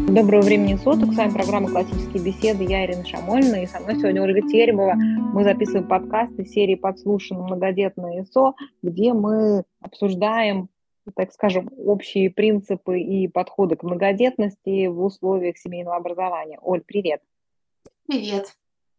Доброго времени суток. С вами программа «Классические беседы». Я Ирина Шамольна, и со мной сегодня Ольга Теребова. Мы записываем подкаст из серии «Подслушано многодетное ИСО», где мы обсуждаем, так скажем, общие принципы и подходы к многодетности в условиях семейного образования. Оль, привет. Привет.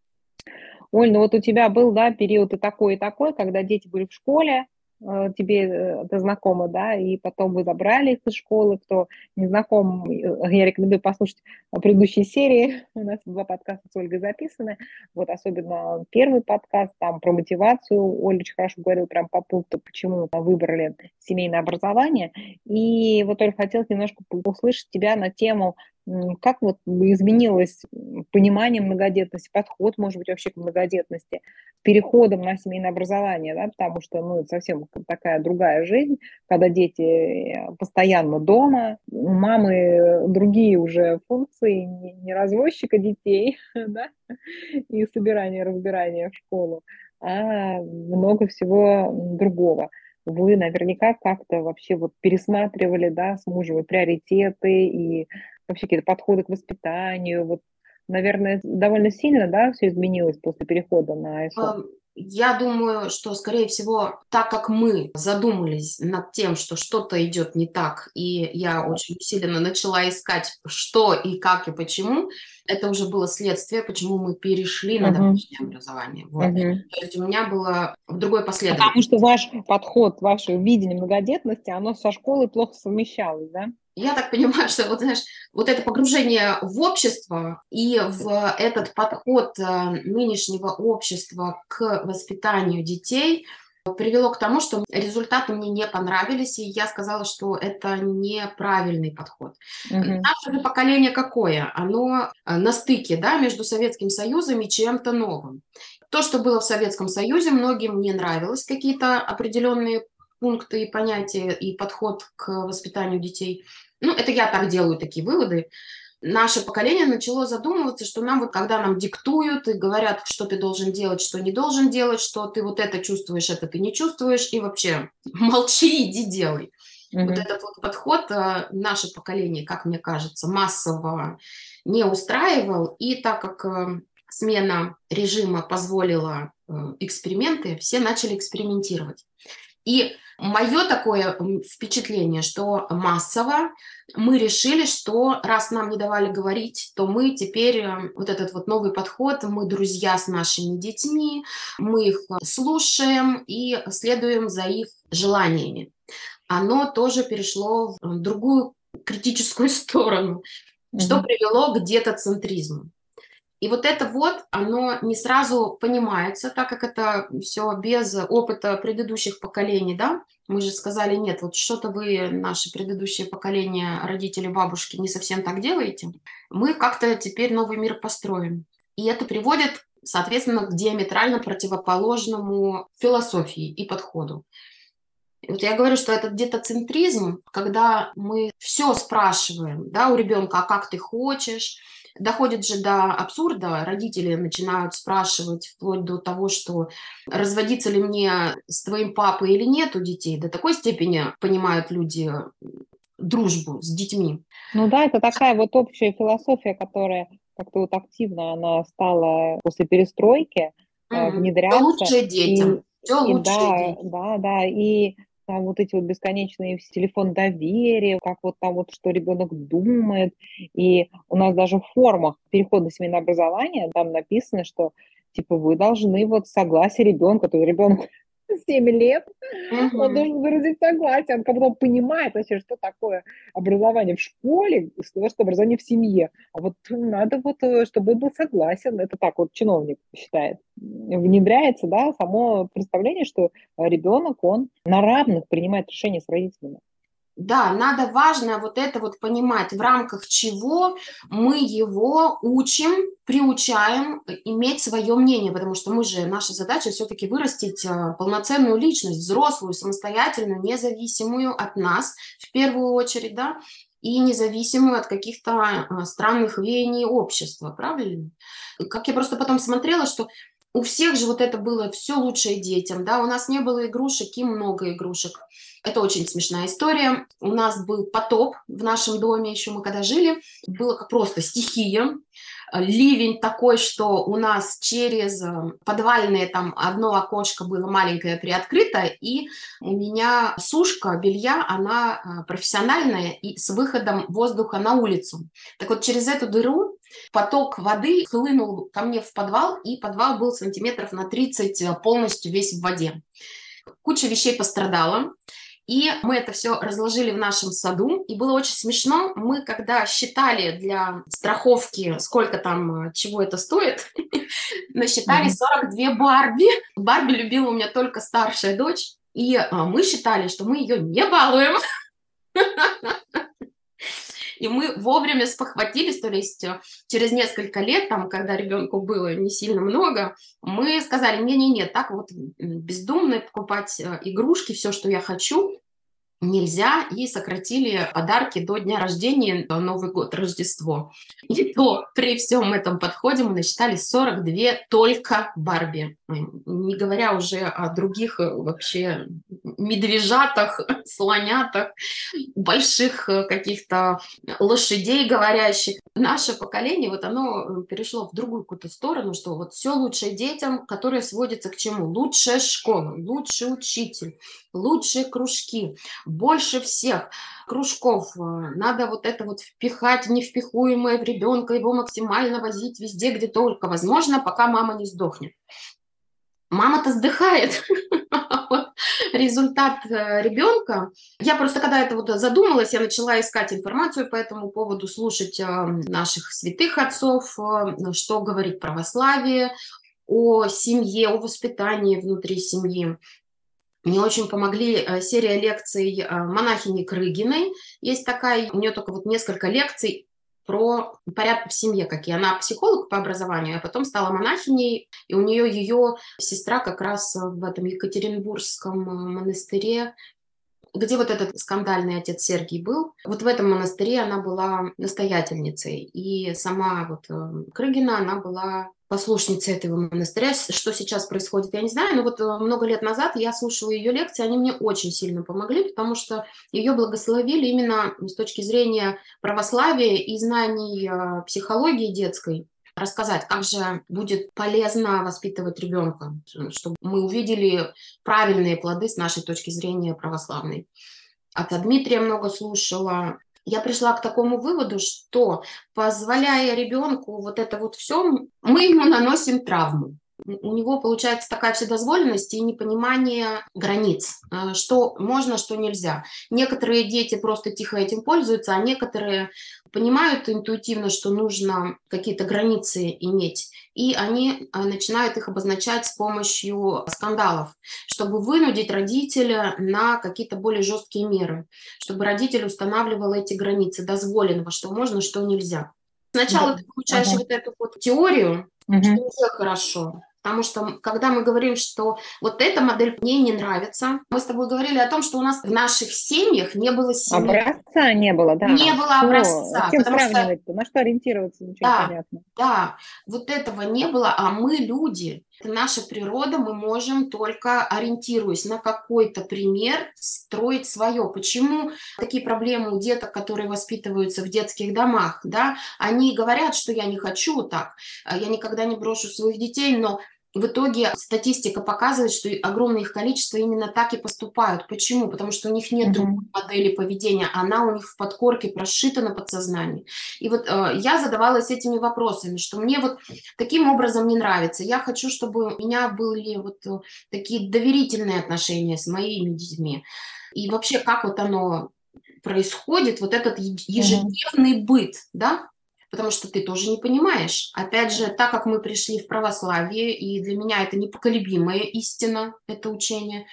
Оль, ну вот у тебя был, да, период и такой, когда дети были в школе, тебе это знакомо, да, и потом вы забрали их из школы, кто не знаком, я рекомендую послушать предыдущие серии, у нас 2 подкаста с Ольгой записаны, вот особенно первый подкаст, там про мотивацию, Оля очень хорошо говорила прям по пункту, почему выбрали семейное образование, и вот, Оль, хотелось немножко услышать тебя на тему, как вот изменилось понимание многодетности, подход, может быть, вообще к многодетности, переходом на семейное образование, да, потому что, ну, это совсем такая другая жизнь, когда дети постоянно дома, у мамы другие уже функции, не развозчика детей, да, и собирания, разбирания в школу, а много всего другого. Вы наверняка как-то вообще вот пересматривали, да, с мужем и приоритеты, и вообще какие-то подходы к воспитанию. Вот, наверное, довольно сильно, да, все изменилось после перехода на ИСО. Я думаю, что, скорее всего, так как мы задумались над тем, что что-то идет не так, и я Так. очень усиленно начала искать, что и как и почему, это уже было следствие, почему мы перешли на Мгм. домашнее образование. Вот. Мгм. То есть у меня было в другой Потому что последовательности. ваш подход, ваше видение многодетности, оно со школой плохо совмещалось, да? Я так понимаю, что вот, знаешь, вот это погружение в общество и в этот подход нынешнего общества к воспитанию детей привело к тому, что результаты мне не понравились, и я сказала, что это неправильный подход. Мгм. Наше же поколение какое? Оно на стыке, да, между Советским Союзом и чем-то новым. То, что было в Советском Союзе, многим не нравилось, какие-то определенные пункты и понятия и подход к воспитанию детей. Ну, это я так делаю такие выводы. Наше поколение начало задумываться, что нам вот, когда нам диктуют и говорят, что ты должен делать, что не должен делать, что ты вот это чувствуешь, это ты не чувствуешь, и вообще молчи, иди делай. Вот Мгм. этот вот подход наше поколение, как мне кажется, массово не устраивал. И так как смена режима позволила эксперименты, все начали экспериментировать. И мое такое впечатление, что массово мы решили, что раз нам не давали говорить, то мы теперь вот этот вот новый подход, мы друзья с нашими детьми, мы их слушаем и следуем за их желаниями. Оно тоже перешло в другую критическую сторону, что Мгм. привело к детоцентризму. И вот это вот, оно не сразу понимается, так как это все без опыта предыдущих поколений, да. Мы же сказали: "Нет, вот что-то вы, наши предыдущие поколения, родители, бабушки, не совсем так делаете. Мы как-то теперь новый мир построим". И это приводит, соответственно, к диаметрально противоположному философии и подходу. И вот я говорю, что этот детоцентризм, когда мы все спрашиваем, да, у ребенка: "А как ты хочешь?" Доходит же до абсурда. Родители начинают спрашивать вплоть до того, что разводиться ли мне с твоим папой или нет у детей. До такой степени понимают люди дружбу с детьми. Ну да, это такая вот общая философия, которая как-то вот активно она стала после перестройки Всё внедряться. лучшее И, детям, все и лучшее да, детям. да, да, и там вот эти вот бесконечные телефон доверия, как вот там вот, что ребенок думает. И у нас даже в формах перехода на семейное образование там написано, что типа вы должны вот согласие ребенка, то есть ребенок 7 лет, он Мгм. должен выразить согласие, он как будто понимает вообще, что такое образование в школе, что образование в семье. А вот надо вот, чтобы он был согласен. Это так вот чиновник считает. Внедряется, да, само представление, что ребенок, он на равных принимает решения с родителями. Да, надо важно вот это вот понимать, в рамках чего мы его учим, приучаем иметь свое мнение, потому что мы же, наша задача все-таки вырастить полноценную личность, взрослую, самостоятельную, независимую от нас, в первую очередь, да, и независимую от каких-то странных веяний общества, правильно? Как я просто потом смотрела, что у всех же вот это было все лучшее детям, да, у нас не было игрушек и много игрушек. Это очень смешная история. У нас был потоп в нашем доме, еще мы когда жили, было как просто стихия, ливень такой, что у нас через подвальное там одно окошко было маленькое приоткрыто, и у меня сушка белья, она профессиональная и с выходом воздуха на улицу. Так вот, через эту дыру поток воды хлынул ко мне в подвал, и подвал был сантиметров на 30 полностью весь в воде. Куча вещей пострадала. И мы это все разложили в нашем саду, и было очень смешно. Мы, когда считали для страховки, сколько там, чего это стоит, насчитали 42 Барби. Барби любила у меня только старшая дочь, и мы считали, что мы ее не балуем. И мы вовремя спохватились, то есть через несколько лет, там, когда ребенку было не сильно много, мы сказали, не-не-не, так вот бездумно покупать игрушки, все, что я хочу, нельзя, и сократили подарки до дня рождения, Новый год, Рождество. И то при всем этом подходе мы насчитали 42 только Барби, не говоря уже о других вообще медвежатах, слонятах, больших каких-то лошадей говорящих. Наше поколение, вот оно перешло в другую какую-то сторону, что вот все лучшее детям, которое сводится к чему? Лучшая школа, лучший учитель, лучшие кружки, больше всех кружков. Надо вот это вот впихать невпихуемое в ребенка, его максимально возить везде, где только возможно, пока мама не сдохнет. Мама-то сдыхает. Результат ребенка. Я просто, когда это вот задумалась, я начала искать информацию по этому поводу, слушать наших святых отцов, что говорит православие о семье, о воспитании внутри семьи. Мне очень помогли серия лекций монахини Крыгиной. Есть такая, у нее только вот несколько лекций про порядок в семье, какие. Она психолог по образованию, а потом стала монахиней, и у нее ее сестра как раз в этом Екатеринбургском монастыре, где вот этот скандальный отец Сергий был, вот в этом монастыре она была настоятельницей, и сама вот Крыгина, она была послушницей этого монастыря. Что сейчас происходит, я не знаю, но вот много лет назад я слушала ее лекции, они мне очень сильно помогли, потому что ее благословили именно с точки зрения православия и знаний психологии детской, рассказать, как же будет полезно воспитывать ребенка, чтобы мы увидели правильные плоды с нашей точки зрения православной. Отца Дмитрия много слушала. Я пришла к такому выводу, что, позволяя ребенку вот это вот все, мы ему наносим травму. У него получается такая вседозволенность и непонимание границ, что можно, что нельзя. Некоторые дети просто тихо этим пользуются, а некоторые понимают интуитивно, что нужно какие-то границы иметь, и они начинают их обозначать с помощью скандалов, чтобы вынудить родителя на какие-то более жесткие меры, чтобы родитель устанавливал эти границы дозволенного, что можно, что нельзя. Сначала ты получаешь вот эту вот теорию, что уже хорошо. Потому что, когда мы говорим, что вот эта модель мне не нравится, мы с тобой говорили о том, что у нас в наших семьях не было семьи. Образца не было, да. Не было образца. С чем сравнивать-то? На что ориентироваться? Ничего не понятно. Да, вот этого не было, а мы люди. Это наша природа, мы можем только, ориентируясь на какой-то пример, строить свое. Почему такие проблемы у деток, которые воспитываются в детских домах, да? Они говорят, что я не хочу так, я никогда не брошу своих детей, но в итоге статистика показывает, что огромное их количество именно так и поступают. Почему? Потому что у них нет другой модели поведения, она у них в подкорке прошита на подсознании. И вот я задавалась этими вопросами, что мне вот таким образом не нравится. Я хочу, чтобы у меня были вот такие доверительные отношения с моими детьми. И вообще, как вот оно происходит, вот этот ежедневный быт, да? Потому что ты тоже не понимаешь. Опять же, так как мы пришли в православие, и для меня это непоколебимая истина, это учение,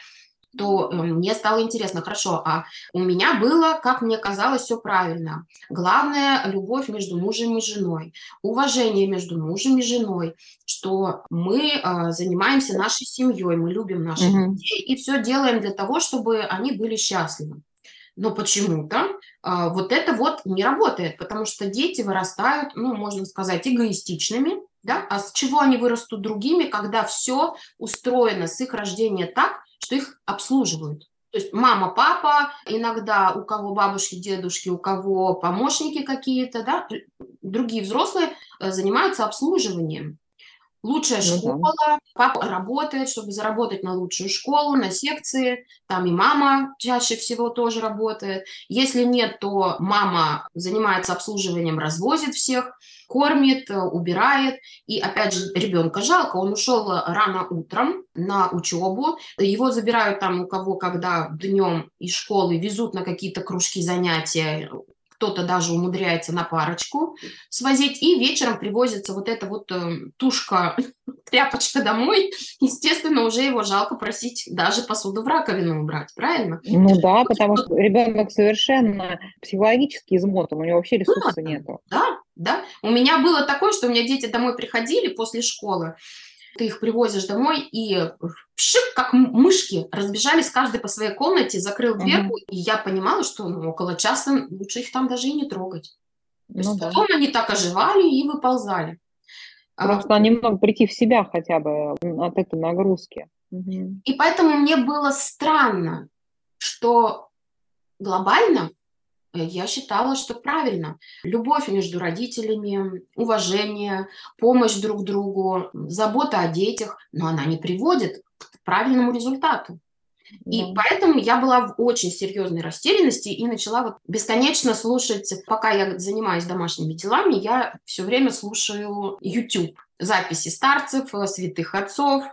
то мне стало интересно, хорошо, а у меня было, как мне казалось, все правильно. Главное – любовь между мужем и женой, уважение между мужем и женой, что мы занимаемся нашей семьей, мы любим наших детей и все делаем для того, чтобы они были счастливы. Но почему-то вот это вот не работает, потому что дети вырастают, ну, можно сказать, эгоистичными, Да? А с чего они вырастут другими, когда все устроено с их рождения так, что их обслуживают? То есть мама, папа, иногда у кого бабушки, дедушки, у кого помощники какие-то, да, другие взрослые занимаются обслуживанием. Лучшая Ну да. школа, папа работает, чтобы заработать на лучшую школу, на секции, там и мама чаще всего тоже работает. Если нет, то мама занимается обслуживанием, развозит всех, кормит, убирает. И опять же, ребенка жалко, он ушел рано утром на учебу, его забирают там у кого, когда днем из школы везут на какие-то кружки, занятия, кто-то даже умудряется на парочку свозить, и вечером привозится вот эта вот тушка, тряпочка домой, естественно, уже его жалко просить даже посуду в раковину убрать, правильно? Ну да, потому что ребенок совершенно психологически измотан, у него вообще ресурса Вымотан. нету. Да, да. У меня было такое, что у меня дети домой приходили после школы, ты их привозишь домой, и пшик, как мышки, разбежались каждый по своей комнате, закрыл Мгм. дверку, и я понимала, что около часа лучше их там даже и не трогать. То Ну есть да. потом они так оживали и выползали. А, Просто немного прийти в себя хотя бы от этой нагрузки. Мгм. И поэтому мне было странно, что глобально я считала, что правильно. Любовь между родителями, уважение, помощь друг другу, забота о детях, но она не приводит к правильному результату. Да. И поэтому я была в очень серьезной растерянности и начала вот бесконечно слушать, пока я занимаюсь домашними делами, я все время слушаю YouTube. Записи старцев, святых отцов,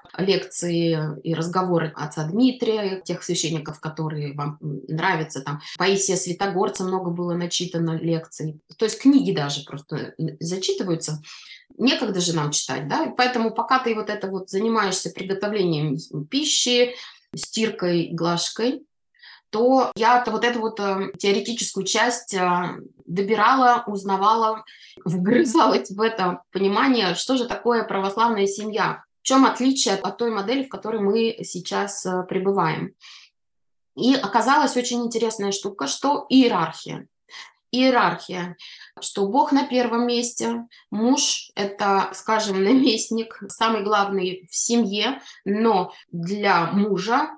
лекции и разговоры отца Дмитрия, тех священников, которые вам нравятся. Там Паисия Святогорца много было начитано лекций. То есть книги даже просто зачитываются. Некогда же нам читать, да? Поэтому пока ты вот это вот занимаешься приготовлением пищи, стиркой, глажкой, то я вот эту вот теоретическую часть добирала, узнавала, вгрызалась в это понимание, что же такое православная семья, в чем отличие от той модели, в которой мы сейчас пребываем. И оказалась очень интересная штука, что иерархия. Иерархия, что Бог на первом месте, муж– это, скажем, наместник, самый главный в семье, но для мужа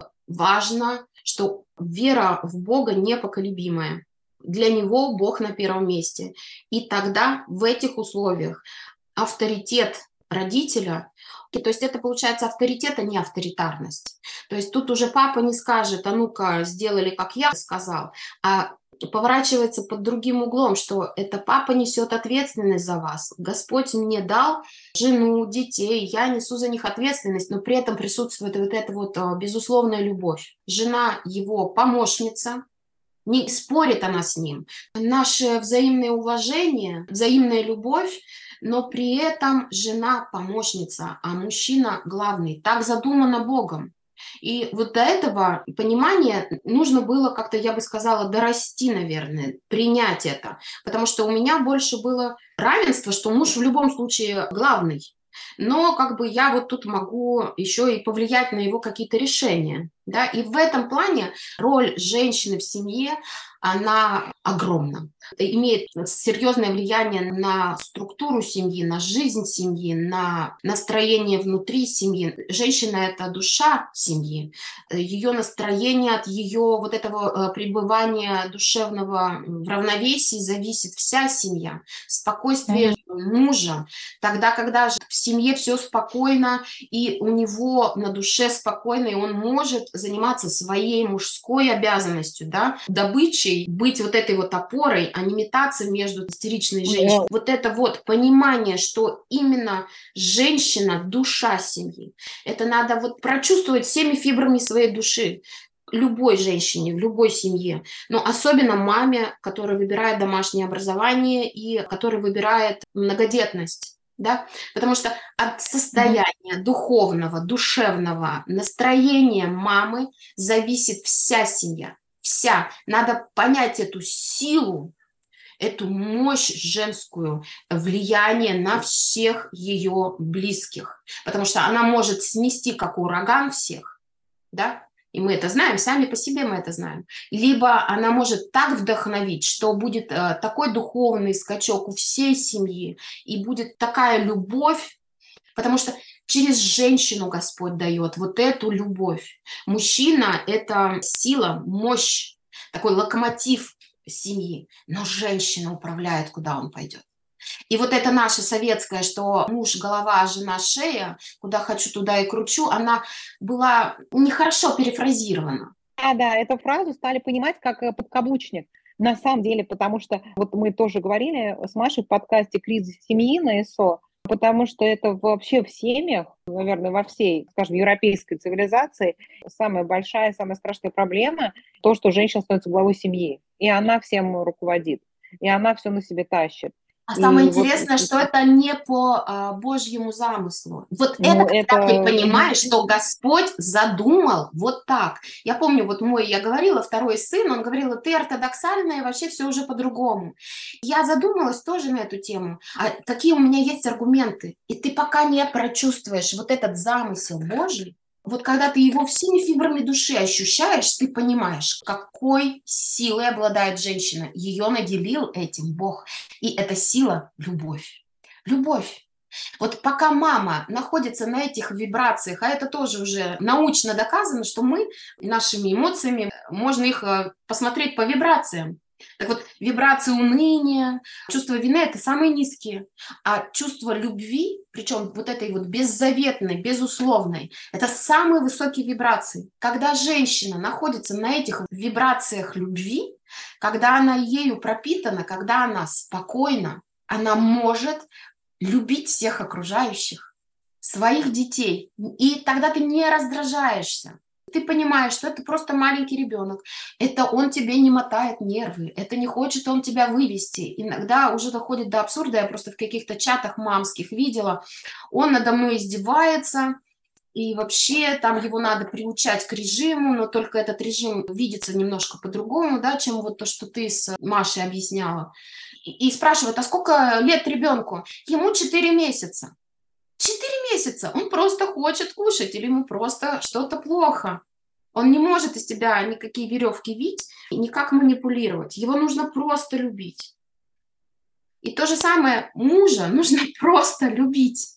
важно, что вера в Бога непоколебимая. Для него Бог на первом месте. И тогда в этих условиях авторитет родителя, то есть это получается авторитет, а не авторитарность. То есть тут уже папа не скажет, а ну-ка, сделали, как я сказал, а поворачивается под другим углом, что это папа несет ответственность за вас. Господь мне дал жену, детей, я несу за них ответственность, но при этом присутствует вот эта вот безусловная любовь. Жена его помощница, не спорит она с ним. Наше взаимное уважение, взаимная любовь, но при этом жена помощница, а мужчина главный. Так задумано Богом. И вот до этого понимания нужно было как-то, я бы сказала, дорасти, наверное, принять это. Потому что у меня больше было равенство, что муж в любом случае главный. Но как бы я вот тут могу еще и повлиять на его какие-то решения. Да? И в этом плане роль женщины в семье, она огромна. Имеет серьезное влияние на структуру семьи, на жизнь семьи, на настроение внутри семьи. Женщина– это душа семьи. Ее настроение от ее вот этого пребывания душевного в равновесии зависит вся семья. Спокойствие Мгм. мужа. Тогда, когда же в семье все спокойно, и у него на душе спокойно, и он может заниматься своей мужской обязанностью, да, добычей, быть вот этой вот опорой, а не метаться между истеричной Да. женщиной. Вот это вот понимание, что именно женщина– душа семьи. Это надо вот прочувствовать всеми фибрами своей души любой женщине, в любой семье, но особенно маме, которая выбирает домашнее образование и которая выбирает многодетность. Да? Потому что от Мгм. состояния духовного, душевного настроения мамы зависит вся семья. Вся. Надо понять эту силу, эту мощь женскую, влияние на всех ее близких. Потому что она может смести, как ураган, всех. Да? и мы это знаем, сами по себе мы это знаем. Либо она может так вдохновить, что будет такой духовный скачок у всей семьи, и будет такая любовь, потому что через женщину Господь дает вот эту любовь. Мужчина – это сила, мощь, такой локомотив семьи, но женщина управляет, куда он пойдет. И вот это наше советское, что муж голова, а жена шея, куда хочу, туда и кручу, она была нехорошо перефразирована. Да, эту фразу стали понимать как подкаблучник. На самом деле, потому что вот мы тоже говорили с Машей в подкасте «Кризис семьи» на ИСО, потому что это вообще в семьях, наверное, во всей, скажем, европейской цивилизации самая большая, самая страшная проблема то, что женщина становится главой семьи, и она всем руководит, и она все на себе тащит. А самое И вот, интересное, что это не по Божьему замыслу. Вот это ну, когда ты это понимаешь, что Господь задумал вот так. Я помню, вот я говорила, второй сын, он говорил, ты ортодоксальная, вообще все уже по-другому. Я задумалась тоже на эту тему. А какие у меня есть аргументы? И ты пока не прочувствуешь вот этот замысел Божий, вот когда ты его всеми фибрами души ощущаешь, ты понимаешь, какой силой обладает женщина. Ее наделил этим Бог. И эта сила – любовь. Любовь. Вот пока мама находится на этих вибрациях, а это тоже уже научно доказано, что мы нашими эмоциями, можно их посмотреть по вибрациям. Так вот, вибрации уныния, чувство вины – это самые низкие. А чувство любви, причем вот этой вот беззаветной, безусловной, это самые высокие вибрации. Когда женщина находится на этих вибрациях любви, когда она ею пропитана, когда она спокойна, она может любить всех окружающих, своих детей. И тогда ты не раздражаешься. Ты понимаешь, что это просто маленький ребенок. Это он тебе не мотает нервы. Это не хочет он тебя вывести. Иногда уже доходит до абсурда. Я просто в каких-то чатах мамских видела. Он надо мной издевается. И вообще там его надо приучать к режиму, но только этот режим видится немножко по-другому, да, чем вот то, что ты с Машей объясняла. И спрашивают, а сколько лет ребенку? Ему 4 месяца. 4 месяца. Он просто хочет кушать или ему просто что-то плохо. Он не может из тебя никакие веревки вить и никак манипулировать. Его нужно просто любить. И то же самое мужа нужно просто любить.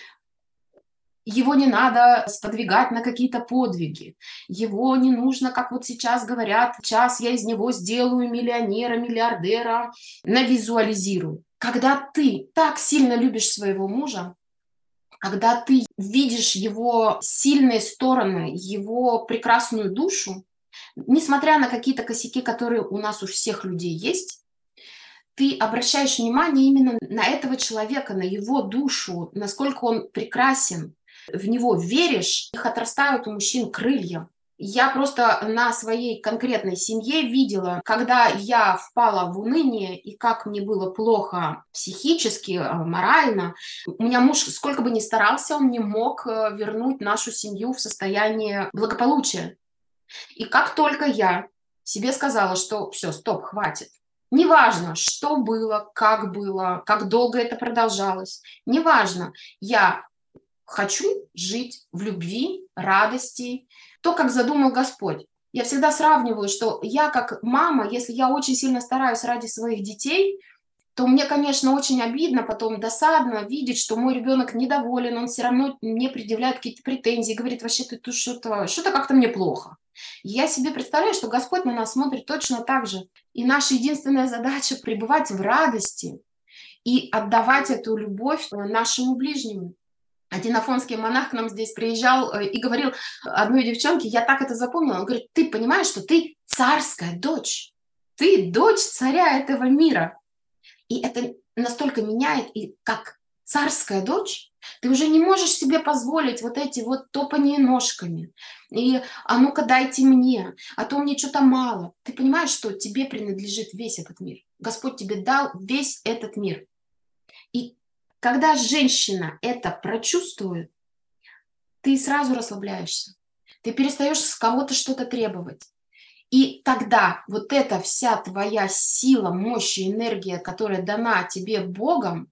Его не надо сподвигать на какие-то подвиги. Его не нужно, как вот сейчас говорят, сейчас я из него сделаю миллионера, миллиардера, навизуализирую. Когда ты так сильно любишь своего мужа, когда ты видишь его сильные стороны, его прекрасную душу, несмотря на какие-то косяки, которые у нас у всех людей есть, ты обращаешь внимание именно на этого человека, на его душу, насколько он прекрасен, в него веришь, их отрастают у мужчин крылья. Я просто на своей конкретной семье видела, когда я впала в уныние и как мне было плохо психически, морально. У меня муж, сколько бы ни старался, он не мог вернуть нашу семью в состояние благополучия. И как только я себе сказала, что все, стоп, хватит. Неважно, что было, как долго это продолжалось. Неважно, я хочу жить в любви, радости, то, как задумал Господь. Я всегда сравниваю, что я как мама, если я очень сильно стараюсь ради своих детей, то мне, конечно, очень обидно, потом досадно видеть, что мой ребенок недоволен, он все равно мне предъявляет какие-то претензии, говорит, вообще ты тут что-то как-то мне плохо. Я себе представляю, что Господь на нас смотрит точно так же. И наша единственная задача – пребывать в радости и отдавать эту любовь нашему ближнему. Один афонский монах к нам здесь приезжал и говорил одной девчонке, я так это запомнила, он говорит, ты понимаешь, что ты царская дочь, ты дочь царя этого мира. И это настолько меняет, и как царская дочь, ты уже не можешь себе позволить вот эти вот топания ножками. И а ну-ка дайте мне, а то мне что-то мало. Ты понимаешь, что тебе принадлежит весь этот мир. Господь тебе дал весь этот мир. И когда женщина это прочувствует, ты сразу расслабляешься. Ты перестаешь с кого-то что-то требовать. И тогда вот эта вся твоя сила, мощь и энергия, которая дана тебе Богом,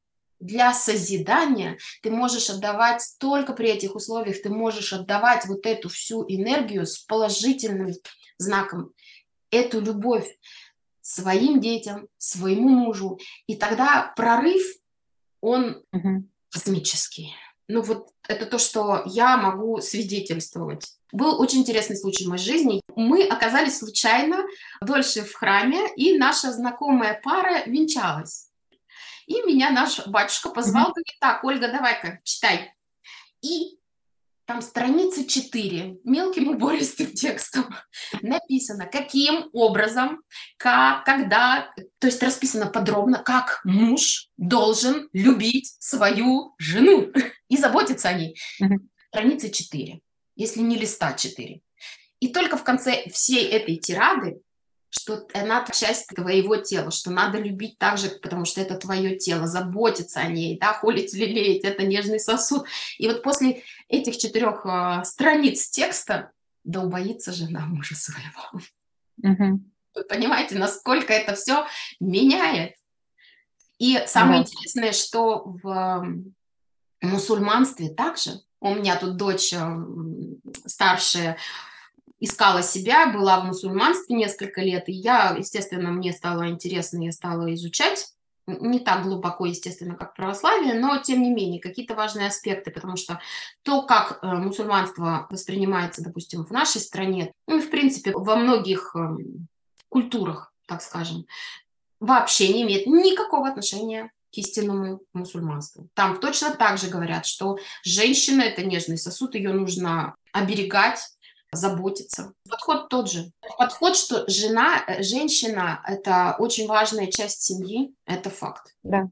для созидания ты можешь отдавать только при этих условиях, ты можешь отдавать вот эту всю энергию с положительным знаком, эту любовь своим детям, своему мужу. И тогда прорыв, он космический. Ну вот это то, что я могу свидетельствовать. Был очень интересный случай в моей жизни. Мы оказались случайно дольше в храме, и наша знакомая пара венчалась. И меня наш батюшка позвал, говорит: так, Ольга, давай-ка, читай. И там страница 4 мелким убористым текстом написано, каким образом, как, когда, то есть расписано подробно, как муж должен любить свою жену и заботиться о ней. Страница 4, если не листа 4. И только в конце всей этой тирады, что она часть твоего тела, что надо любить так же, потому что это твое тело, заботиться о ней, да, холить, лелеять, это нежный сосуд. И вот после этих 4 страниц текста, да убоится жена мужа своего. Вы понимаете, насколько это все меняет. И самое интересное, что в мусульманстве также, у меня тут дочь старшая, искала себя, была в мусульманстве несколько лет, и я, естественно, мне стало интересно, я стала изучать, не так глубоко, естественно, как православие, но, тем не менее, какие-то важные аспекты, потому что то, как мусульманство воспринимается, допустим, в нашей стране, ну, и, в принципе, во многих культурах, так скажем, вообще не имеет никакого отношения к истинному мусульманству. Там точно так же говорят, что женщина – это нежный сосуд, ее нужно оберегать, заботиться. Подход тот же. Подход, что женщина – это очень важная часть семьи, это факт. Да.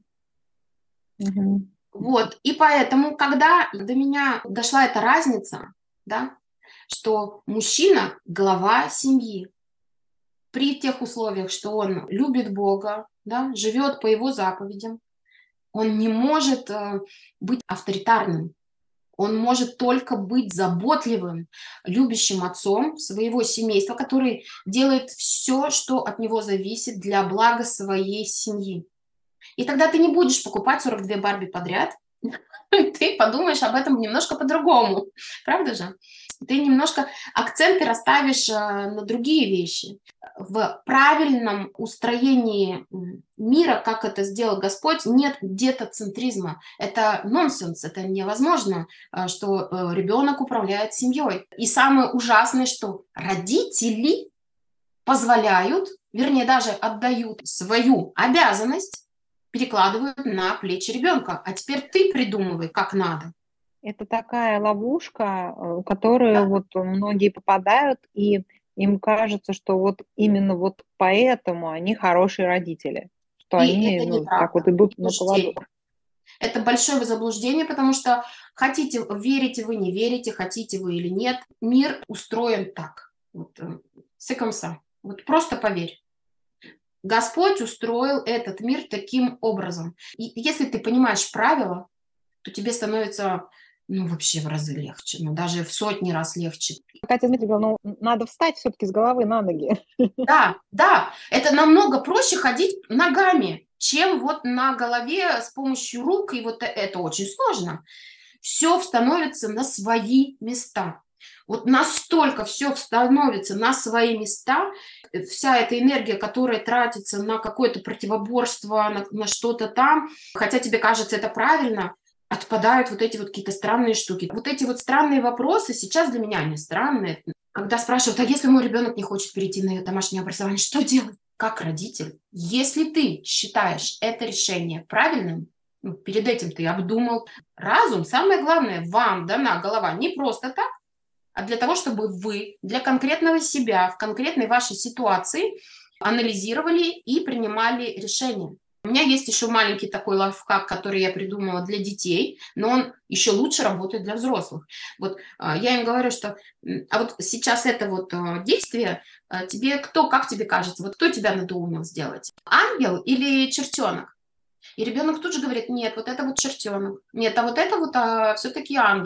Вот, и поэтому, когда до меня дошла эта разница, да, что мужчина – глава семьи, при тех условиях, что он любит Бога, да, живет по его заповедям, он не может быть авторитарным. Он может только быть заботливым, любящим отцом своего семейства, который делает все, что от него зависит для блага своей семьи. И тогда ты не будешь покупать 42 Барби подряд, ты подумаешь об этом немножко по-другому, правда же? Ты немножко акценты расставишь на другие вещи. В правильном устроении мира, как это сделал Господь, нет детоцентризма. Это нонсенс, это невозможно, что ребенок управляет семьей. И самое ужасное, что родители позволяют, вернее, даже отдают свою обязанность, перекладывают на плечи ребенка. А теперь ты придумывай, как надо. Это такая ловушка, в которую вот многие попадают, и им кажется, что вот именно вот поэтому они хорошие родители, что И они, это так вот неправда. идут на поводу. Это большое заблуждение, потому что хотите, верите вы, не верите, хотите вы или нет, мир устроен так. Вот, c'est comme ça. Вот просто поверь. Господь устроил этот мир таким образом. И если ты понимаешь правила, то тебе становится, ну, вообще в разы легче, ну, даже в сотни раз легче. Катя Дмитриевна, ну, надо встать все-таки с головы на ноги. Да, да, это намного проще ходить ногами, чем вот на голове с помощью рук, и вот это очень сложно. Все становится на свои места. Вот настолько все становится на свои места, вся эта энергия, которая тратится на какое-то противоборство, на что-то там, хотя тебе кажется это правильно, отпадают вот эти вот какие-то странные штуки. Вот эти вот странные вопросы сейчас для меня они странные. Когда спрашивают, а если мой ребенок не хочет перейти на домашнее образование, что делать? Как родитель, если ты считаешь это решение правильным, ну, перед этим ты обдумал. Разум, самое главное, вам дана голова не просто так, а для того, чтобы вы для конкретного себя в конкретной вашей ситуации анализировали и принимали решения. У меня есть еще маленький такой лайфхак, который я придумала для детей, но он еще лучше работает для взрослых. Вот я им говорю, что а вот сейчас это вот действие, тебе кто, как тебе кажется, вот кто тебя надумал сделать? Ангел или чертенок? И ребенок тут же говорит, нет, вот это вот чертенок. Нет, а вот это вот все-таки ангел.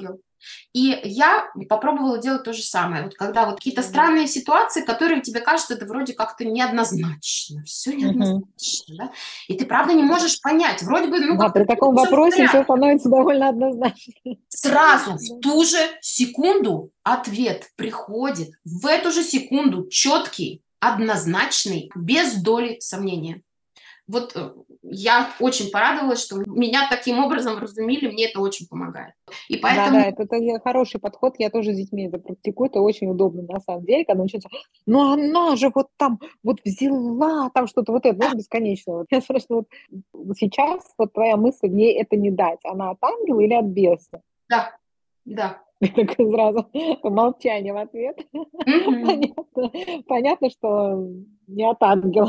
И я попробовала делать то же самое. Вот когда вот какие-то странные ситуации, которые тебе кажутся, это вроде как-то неоднозначно, все Мгм. неоднозначно, да, и ты правда не можешь понять, вроде бы, ну Да, как-то при таком все в вопросе все порядке. становится довольно однозначно. Сразу в Да. ту же секунду ответ приходит, в эту же секунду четкий, однозначный, без доли сомнения. Вот я очень порадовалась, что меня таким образом разумели, мне это очень помогает. И поэтому, Да-да, это хороший подход. Я тоже с детьми это практикую. Это очень удобно на самом деле, когда начинается: "Ну, она же вот там вот взяла там что-то вот это", знаешь, бесконечно. Вот я спрашиваю: "Вот сейчас вот твоя мысль ей это не дать, она от ангела или от беса?" да, да. И такое сразу молчание в ответ. Мгм. Понятно, что не от ангела.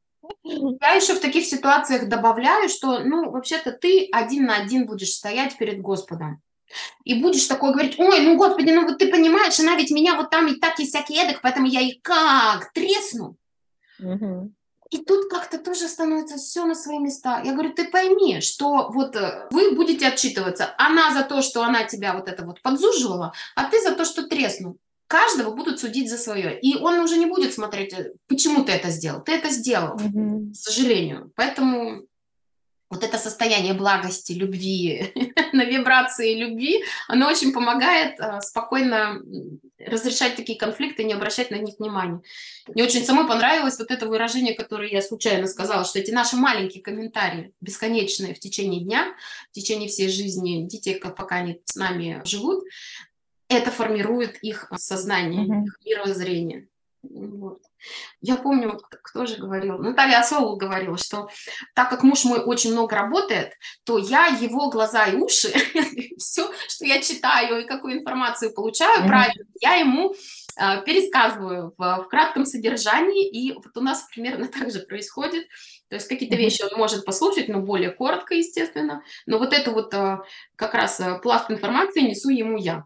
Я еще в таких ситуациях добавляю, что, ну, вообще-то ты один на один будешь стоять перед Господом. И будешь такой говорить: ой, ну, Господи, ну вот ты понимаешь, она ведь меня вот там и так, и всякий эдак, поэтому я и как тресну. Мгм. И тут как-то тоже становится все на свои места. Я говорю: ты пойми, что вот вы будете отчитываться. Она за то, что она тебя вот это вот подзуживала, а ты за то, что треснул. Каждого будут судить за свое. И он уже не будет смотреть, почему ты это сделал. Ты это сделал, к Мгм. сожалению. Поэтому вот это состояние благости, любви, на вибрации любви, оно очень помогает спокойно разрешать такие конфликты, не обращать на них внимания. Мне очень самой понравилось вот это выражение, которое я случайно сказала, что эти наши маленькие комментарии, бесконечные в течение дня, в течение всей жизни детей, пока они с нами живут, это формирует их сознание, Мгм. их мировоззрение. Вот. Я помню, вот кто же говорил, Наталья Осолу говорила, что так как муж мой очень много работает, то я его глаза и уши, все, что я читаю и какую информацию получаю Мгм. правильно, я ему пересказываю в кратком содержании, и вот у нас примерно так же происходит. То есть какие-то Мгм. вещи он может послушать, но более коротко, естественно. Но вот эту вот как раз пласт информации несу ему я.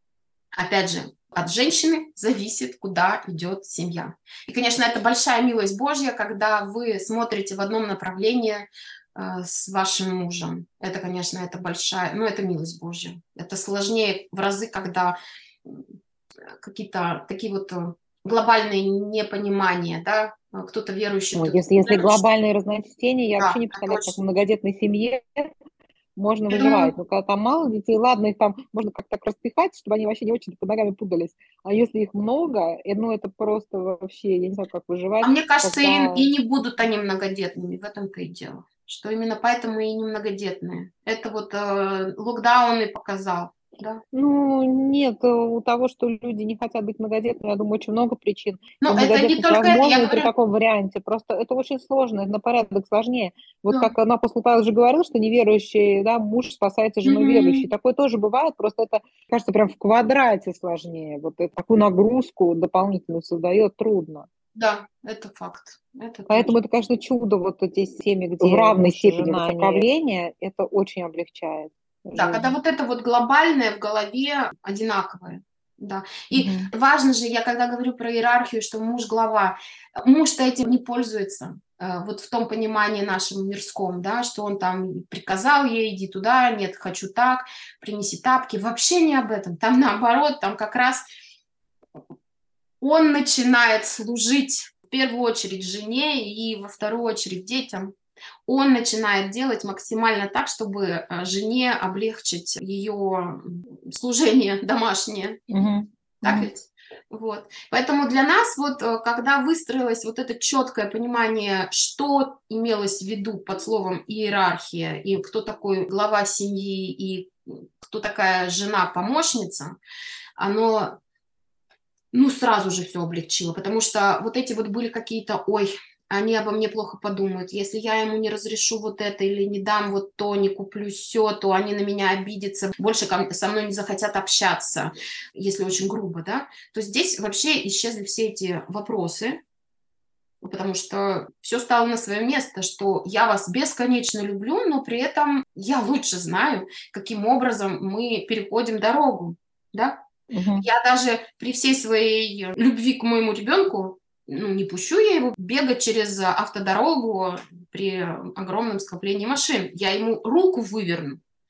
Опять же, от женщины зависит, куда идет семья. И, конечно, это большая милость Божья, когда вы смотрите в одном направлении с вашим мужем. Это, конечно, это большая, ну, это милость Божья. Это сложнее в разы, когда какие-то такие вот глобальные непонимания, да, кто-то верующий, Ой, кто-то если неверующий. глобальные разночтения, я вообще Да, не это представляю, как в очень... многодетной семье можно Я выживать. думаю, Ну, когда там мало детей, ладно, их там можно как-то так распихать, чтобы они вообще не очень под ногами путались. А если их много, ну, это просто вообще, я не знаю, как а выживать, мне кажется, когда... и не будут они многодетными, в этом-то и дело. Что именно поэтому и не многодетные. Это вот локдаун и показал, да. Ну, нет, у того, что люди не хотят быть многодетными, я думаю, очень много причин. И Но это не многодетность только это, я возможна и при говорю, таком варианте. Просто это очень сложно, это на порядок сложнее. Вот ну, как апостол Павел же говорил, что неверующий, да, муж спасается женой верующей. мгм, Такое тоже бывает, просто это, кажется, прям в квадрате сложнее. Вот такую нагрузку дополнительную создает трудно. да, это факт, это Поэтому точно. это, конечно, чудо, вот эти семьи, в Где равной муж и степени жена имеют. высоковлияние, это очень облегчает Да, когда жизнь. вот это вот глобальное в голове одинаковое. Да. И Мгм. важно же, я когда говорю про иерархию, что муж глава, муж-то этим не пользуется. Вот в том понимании нашем мирском, да, что он там приказал ей, иди туда, нет, хочу так, принеси тапки. Вообще не об этом. Там наоборот, там как раз он начинает служить в первую очередь жене и во вторую очередь детям. Он начинает делать максимально так, чтобы жене облегчить ее служение домашнее. Мгм. Так Мгм. ведь? Вот. Поэтому для нас вот, когда выстроилось вот это четкое понимание, что имелось в виду под словом иерархия, и кто такой глава семьи, и кто такая жена-помощница, оно, ну, сразу же все облегчило, потому что вот эти вот были какие-то: ой, они обо мне плохо подумают, если я ему не разрешу вот это или не дам вот то, не куплю сё, то они на меня обидятся, больше со мной не захотят общаться, если очень грубо, да. То здесь вообще исчезли все эти вопросы, потому что все стало на свое место, что я вас бесконечно люблю, но при этом я лучше знаю, каким образом мы переходим дорогу, да. Мгм. Я даже при всей своей любви к моему ребенку, ну, не пущу я его бегать через автодорогу при огромном скоплении машин. Я ему руку выверну.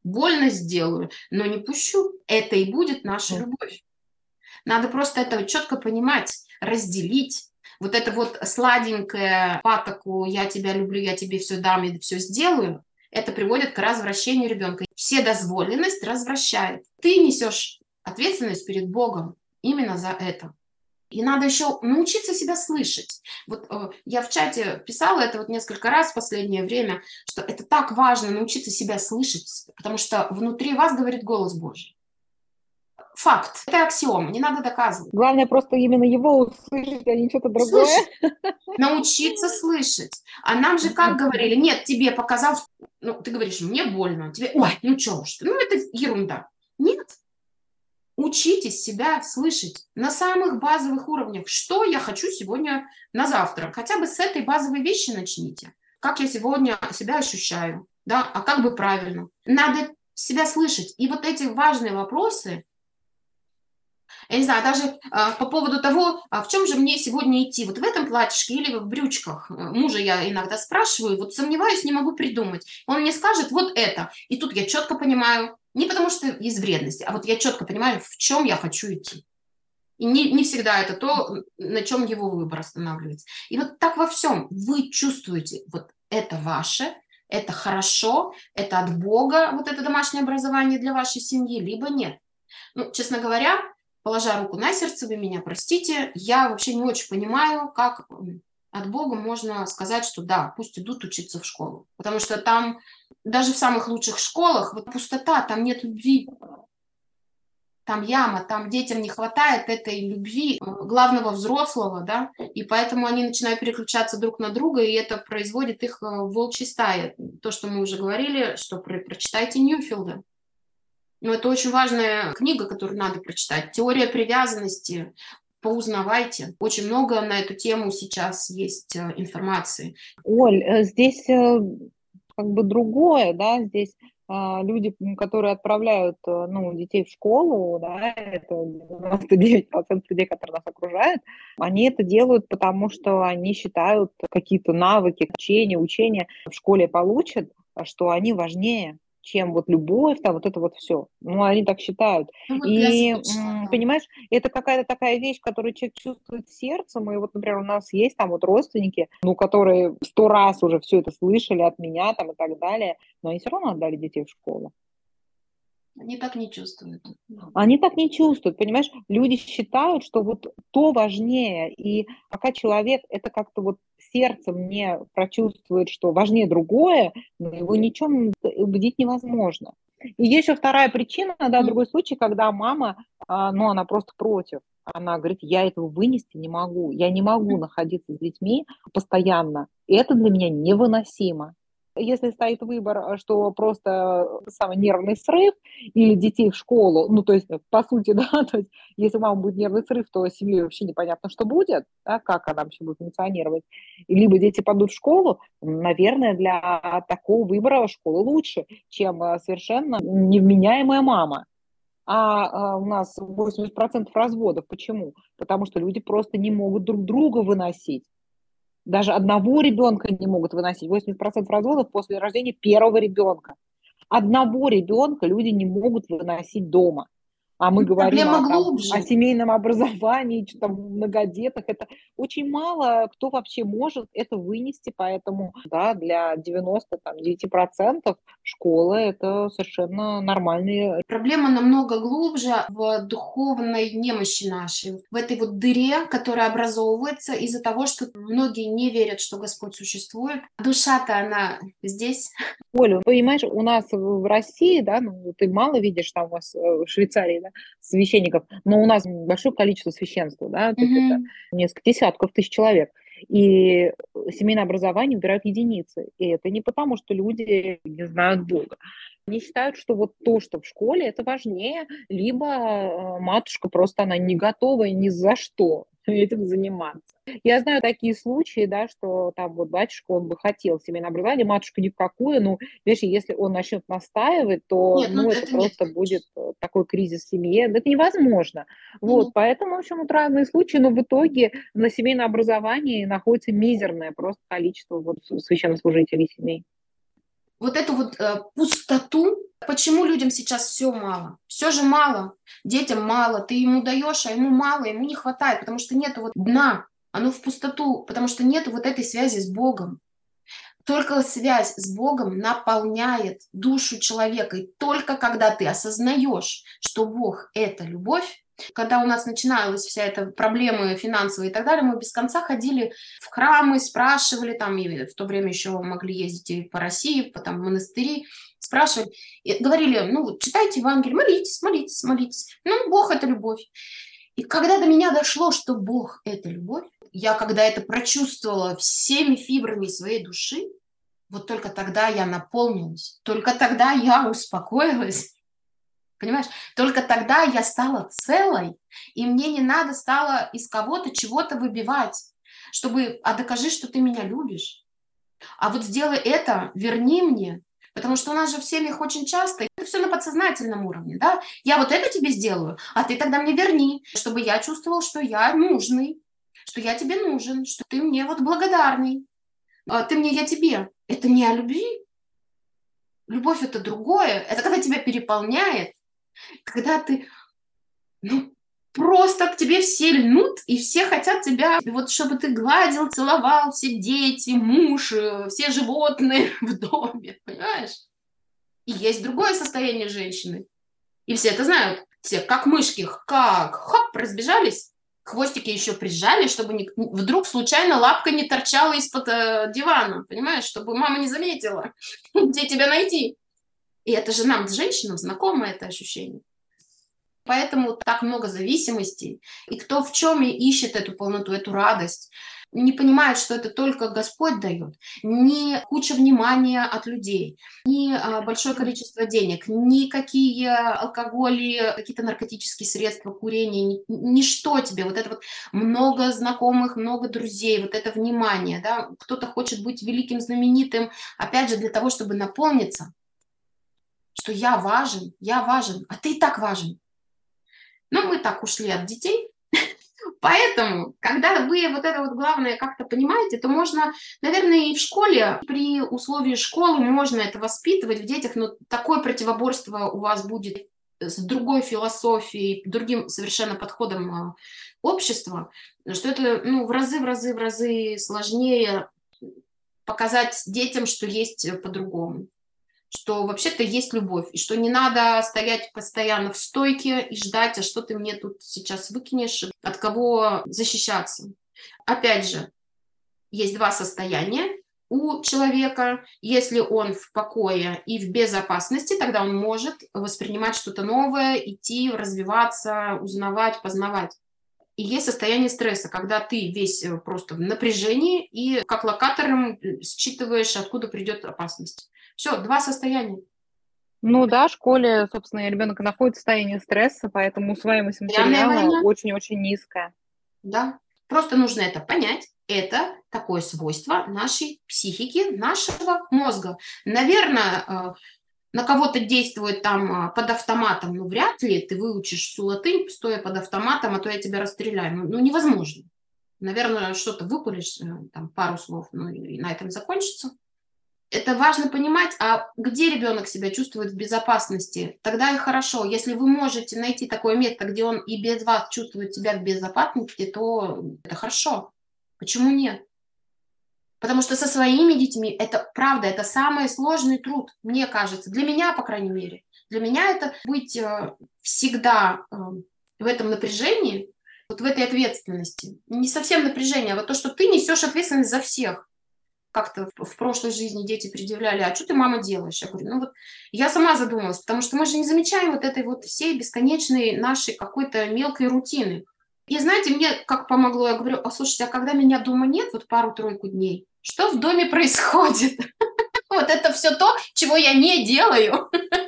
больно сделаю, но не пущу. Это и будет наша М. любовь. Надо просто это вот четко понимать, разделить. Вот это вот сладенькое патоку «я тебя люблю, я тебе все дам и все сделаю», это приводит к развращению ребенка. Вседозволенность развращает. Ты несешь ответственность перед Богом именно за это. И надо еще научиться себя слышать. Вот я в чате писала это вот несколько раз в последнее время, что это так важно научиться себя слышать, потому что внутри вас говорит голос Божий. Факт. Это аксиома, не надо доказывать. Главное просто именно его услышать, а не что-то другое. Слышать. Научиться слышать. А нам же как говорили, нет, тебе показалось, ну, ты говоришь, мне больно, тебе, ой, ну что уж ты, ну это ерунда. Нет, учитесь себя слышать на самых базовых уровнях. Что я хочу сегодня на завтрак? Хотя бы с этой базовой вещи начните. Как я сегодня себя ощущаю? Да? А как бы правильно? Надо себя слышать. И вот эти важные вопросы, я не знаю, даже по поводу того, в чем же мне сегодня идти, вот в этом платьишке или в брючках. Мужа я иногда спрашиваю, вот сомневаюсь, не могу придумать. Он мне скажет вот это. И тут я четко понимаю, не потому что из вредности, а вот я четко понимаю, в чем я хочу идти. И не всегда это то, на чем его выбор останавливается. И вот так во всем вы чувствуете, вот это ваше, это хорошо, это от Бога, вот это домашнее образование для вашей семьи, либо нет. Ну, честно говоря, положа руку на сердце, вы меня простите, я вообще не очень понимаю, как от Бога можно сказать, что да, пусть идут учиться в школу. Потому что там, даже в самых лучших школах, вот пустота, там нет любви. Там яма, там детям не хватает этой любви главного взрослого, да, и поэтому они начинают переключаться друг на друга, и это производит их в волчьей стае. То, что мы уже говорили, что прочитайте Ньюфилда. Но это очень важная книга, которую надо прочитать. «Теория привязанности». Поузнавайте. Очень много на эту тему сейчас есть информации. Оль, здесь как бы другое, да, здесь люди, которые отправляют, ну, детей в школу, да, это 99% людей, которые нас окружают, они это делают, потому что они считают какие-то навыки учения в школе получат, что они важнее, чем вот любовь, там, вот это вот все. Ну, они так считают. Ну вот я И, слышала, да. понимаешь, это какая-то такая вещь, которую человек чувствует сердцем, и вот, например, у нас есть там вот родственники, ну, которые 100 раз уже все это слышали от меня там и так далее, но они все равно отдали детей в школу. Они так не чувствуют. Они так не чувствуют, понимаешь? Люди считают, что вот то важнее, и пока человек это как-то вот сердцем не прочувствует, что важнее другое, ну, его ничем убедить невозможно. И есть еще вторая причина, да, другой случай, когда мама, ну, она просто против. Она говорит, я этого вынести не могу, я не могу находиться с детьми постоянно. И это для меня невыносимо. Если стоит выбор, что просто самый нервный срыв или детей в школу, ну, то есть, по сути, да, то есть, если у мамы будет нервный срыв, то с семьей вообще непонятно, что будет, да, как она вообще будет функционировать. И либо дети пойдут в школу, наверное, для такого выбора школа лучше, чем совершенно невменяемая мама. У нас 80% разводов. Почему? Потому что люди просто не могут друг друга выносить. Даже одного ребенка не могут выносить. 80% разводов после рождения первого ребенка. Одного ребенка люди не могут выносить дома. А мы говорим Проблема о глубже. семейном образовании, что там многодетных. Это очень мало кто вообще может это вынести, поэтому да, для 99% школа это совершенно нормальный. Проблема намного глубже в духовной немощи нашей, в этой вот дыре, которая образовывается из-за того, что многие не верят, что Господь существует. Душа-то она здесь. Оля, понимаешь, у нас в России, да, ну, ты мало видишь там у вас в Швейцарии, да, священников, но у нас большое количество священства, да, то есть это Мгм. несколько десятков тысяч человек. И семейное образование выбирают единицы. И это не потому, что люди не знают Бога. Они считают, что вот то, что в школе, это важнее, либо матушка просто она не готова ни за что этим заниматься. Я знаю такие случаи, да, что там вот батюшка, он бы хотел семейное образование, матушка ни в какую, ну, видишь, если он начнет настаивать, то, Нет, ну ну, это это нет, просто будет конечно. такой кризис в семье, это невозможно. Вот, Мгм. поэтому, в общем, вот разные случаи, но в итоге на семейном образовании находится мизерное просто количество вот священнослужителей семей. вот эту вот пустоту. Почему людям сейчас все мало? Все же мало. Детям мало. Ты ему даешь, а ему мало, ему не хватает, потому что нету вот дна. Оно в пустоту, потому что нету вот этой связи с Богом. Только связь с Богом наполняет душу человека. И только когда ты осознаешь, что Бог — это любовь, когда у нас начиналась вся эта проблемы финансовые и так далее, мы без конца ходили в храмы, спрашивали, там, и в то время еще могли ездить и по России, потом в монастыри, спрашивали, и говорили, ну, читайте Евангелие, молитесь, молитесь, молитесь. Ну, Бог — это любовь. И когда до меня дошло, что Бог — это любовь, я когда это прочувствовала всеми фибрами своей души, вот только тогда я наполнилась, только тогда я успокоилась, понимаешь? Только тогда я стала целой, и мне не надо стало из кого-то чего-то выбивать, чтобы, а докажи, что ты меня любишь. А вот сделай это, верни мне. Потому что у нас же в семьях очень часто это все на подсознательном уровне, да? Я вот это тебе сделаю, а ты тогда мне верни, чтобы я чувствовал, что я нужный, что я тебе нужен, что ты мне вот благодарный, ты мне, я тебе. Это не о любви. Любовь — это другое. Это когда тебя переполняет, когда ты, ну, просто к тебе все льнут, и все хотят тебя, вот чтобы ты гладил, целовал, все дети, муж, все животные в доме, понимаешь? И есть другое состояние женщины. И все это знают. Все как мышки, как, хоп, разбежались, хвостики еще прижали, чтобы вдруг случайно лапка не торчала из-под дивана, понимаешь, чтобы мама не заметила, где тебя найти. И это же нам, женщинам, знакомо это ощущение. Поэтому так много зависимостей. И кто в чем и ищет эту полноту, эту радость, не понимает, что это только Господь дает. Ни куча внимания от людей, ни большое количество денег, никакие алкоголи, какие-то наркотические средства, курение, ничто тебе. Вот это вот много знакомых, много друзей, вот это внимание. Да? Кто-то хочет быть великим, знаменитым, опять же, для того, чтобы наполниться, что я важен, а ты и так важен. Но мы так ушли от детей. Поэтому, когда вы вот это вот главное как-то понимаете, то можно, наверное, и в школе, при условии школы можно это воспитывать в детях, но такое противоборство у вас будет с другой философией, другим совершенно подходом общества, что это в разы сложнее показать детям, что есть по-другому. Что вообще-то есть любовь, и что не надо стоять постоянно в стойке и ждать, а что ты мне тут сейчас выкинешь, от кого защищаться. Опять же, есть два состояния у человека. Если он в покое и в безопасности, тогда он может воспринимать что-то новое, идти, развиваться, узнавать, познавать. И есть состояние стресса, когда ты весь просто в напряжении и как локатором считываешь, откуда придет опасность. Все, два состояния. Ну да, в школе, собственно, ребенок находится в состоянии стресса, поэтому усваиваемость Постоянная материала война, очень-очень низкая. да. Просто нужно это понять. Это такое свойство нашей психики, нашего мозга. Наверное, на кого-то действует там под автоматом, ну вряд ли ты выучишь всю латынь, стоя под автоматом, а то я тебя расстреляю. Ну невозможно. Наверное, что-то выпалишь, там пару слов, ну и на этом закончится. Это важно понимать, а где ребенок себя чувствует в безопасности, тогда и хорошо. Если вы можете найти такое место, где он и без вас чувствует себя в безопасности, то это хорошо. Почему нет? Потому что со своими детьми это правда, это самый сложный труд, мне кажется. Для меня, по крайней мере. Для меня это быть всегда в этом напряжении, вот в этой ответственности. Не совсем напряжение, а вот то, что ты несешь ответственность за всех. Как-то в прошлой жизни дети предъявляли, а что ты, мама, делаешь? Я говорю, ну вот я сама задумалась, потому что мы же не замечаем вот этой вот всей бесконечной нашей какой-то мелкой рутины. И знаете, мне как помогло, я говорю, слушайте, а когда меня дома нет, вот пару-тройку дней, что в доме происходит? Вот это все то, чего я не делаю.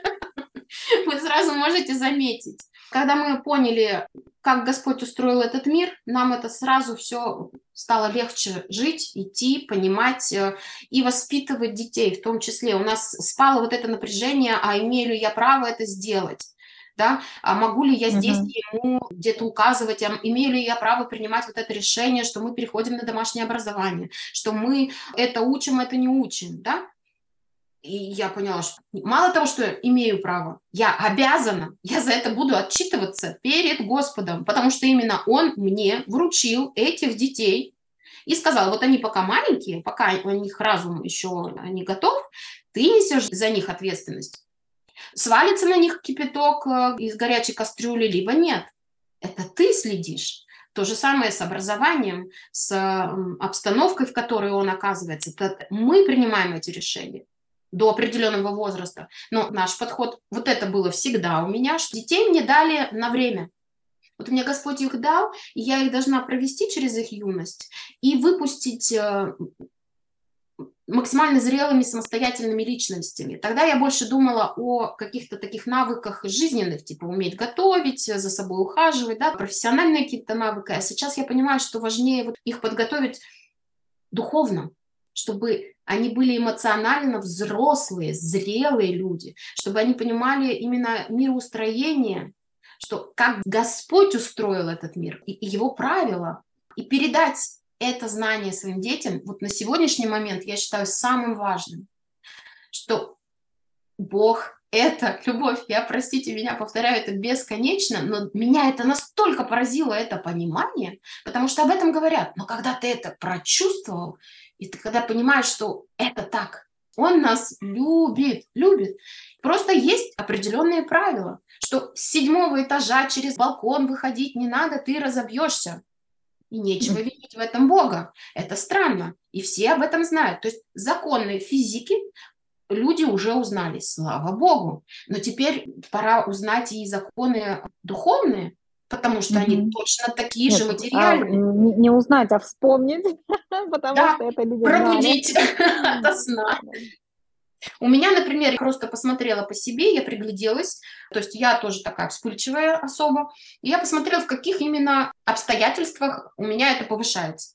Вы сразу можете заметить. Когда мы поняли, как Господь устроил этот мир, нам это сразу все стало легче жить, идти, понимать и воспитывать детей в том числе. У нас спало вот это напряжение, а имею ли я право это сделать? Да? А могу ли я здесь ему где-то указывать, имею ли я право принимать вот это решение, что мы переходим на домашнее образование, что мы это учим, это не учим, да? И я поняла, что мало того, что я имею право, я обязана, я за это буду отчитываться перед Господом, потому что именно Он мне вручил этих детей и сказал, вот они пока маленькие, пока у них разум еще не готов, ты несешь за них ответственность. Свалится на них кипяток из горячей кастрюли, либо нет. Это ты следишь. То же самое с образованием, с обстановкой, в которой он оказывается. Это мы принимаем эти решения до определенного возраста. Но наш подход, вот это было всегда у меня, что детей мне дали на время. Вот мне Господь их дал, и я их должна провести через их юность и выпустить максимально зрелыми самостоятельными личностями. Тогда я больше думала о каких-то таких навыках жизненных, типа уметь готовить, за собой ухаживать, да, профессиональные какие-то навыки. А сейчас я понимаю, что важнее вот их подготовить духовно, чтобы они были эмоционально взрослые, зрелые люди, чтобы они понимали именно мироустроение, что как Господь устроил этот мир и его правила, и передать это знание своим детям, вот на сегодняшний момент я считаю самым важным, что Бог — это любовь. Я, простите меня, повторяю это бесконечно, но меня это настолько поразило, это понимание, потому что об этом говорят. Но когда ты это прочувствовал, и ты когда понимаешь, что это так, Он нас любит, любит. Просто есть определенные правила, что с 7-го этажа через балкон выходить не надо, ты разобьешься. И нечего видеть в этом Бога. Это странно. И все об этом знают. То есть законы физики люди уже узнали, слава Богу. Но теперь пора узнать и законы духовные, потому что они точно такие Нет, же материальные. не узнать, а вспомнить, потому Да, что это люди знали. пробудить ото сна. У меня, например, я просто посмотрела по себе, я пригляделась, то есть я тоже такая вспыльчивая особа, и я посмотрела, в каких именно обстоятельствах у меня это повышается.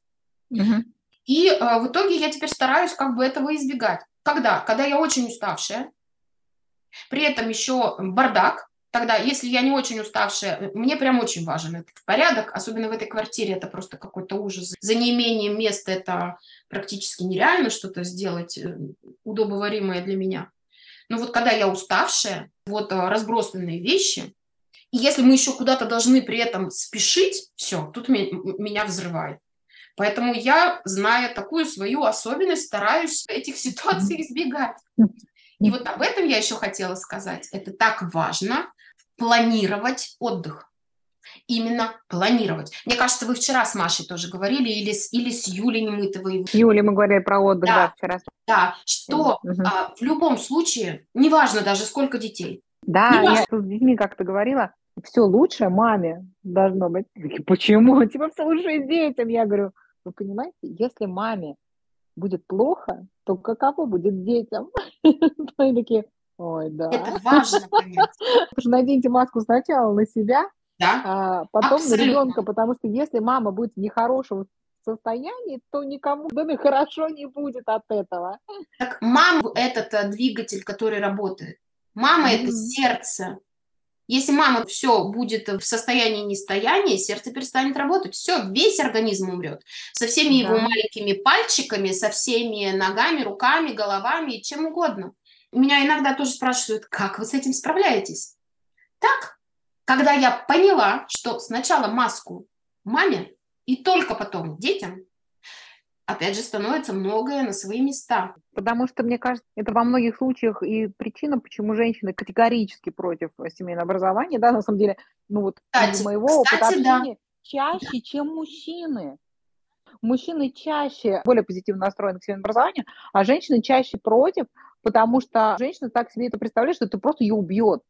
И в итоге я теперь стараюсь как бы этого избегать. Когда я очень уставшая, при этом еще бардак, тогда, если я не очень уставшая, мне прям очень важен этот порядок, особенно в этой квартире, это просто какой-то ужас. За неимением места это практически нереально что-то сделать удобоваримое для меня. Но вот когда я уставшая, вот разбросанные вещи, и если мы еще куда-то должны при этом спешить, все, тут меня взрывает. Поэтому я, зная такую свою особенность, стараюсь этих ситуаций избегать. И вот об этом я еще хотела сказать. Это так важно планировать отдых. Именно планировать. Мне кажется, вы вчера с Машей тоже говорили, или с Юлей Немытовой. С Юлей мы говорили про отдых, да, Да, вчера. да, что в любом случае, неважно даже сколько детей. Да, я с детьми как-то говорила, все лучше маме должно быть. Почему? Типа все лучше детям. Я говорю, вы понимаете, если маме будет плохо, то каково будет детям? Они такие, ой, да. Это важно понять. Потому что наденьте маску сначала на себя, Да, а потом на абсолютно. ребенка, потому что если мама будет в нехорошем состоянии, то никому в доме хорошо не будет от этого. Так мама – это двигатель, который работает. Мама – это сердце. Если мама все будет в состоянии нестояния, сердце перестанет работать. Все, весь организм умрет. Со всеми его маленькими пальчиками, со всеми ногами, руками, головами и чем угодно. Меня иногда тоже спрашивают, как вы с этим справляетесь? Так, когда я поняла, что сначала маску маме и только потом детям, опять же, становится многое на свои места. Потому что, мне кажется, это во многих случаях и причина, почему женщины категорически против семейного образования, да, на самом деле, ну вот из моего опыта общения, чаще, чем мужчины. Мужчины чаще более позитивно настроены к семейному образованию, а женщины чаще против, потому что женщина так себе это представляет, что это просто ее убьет.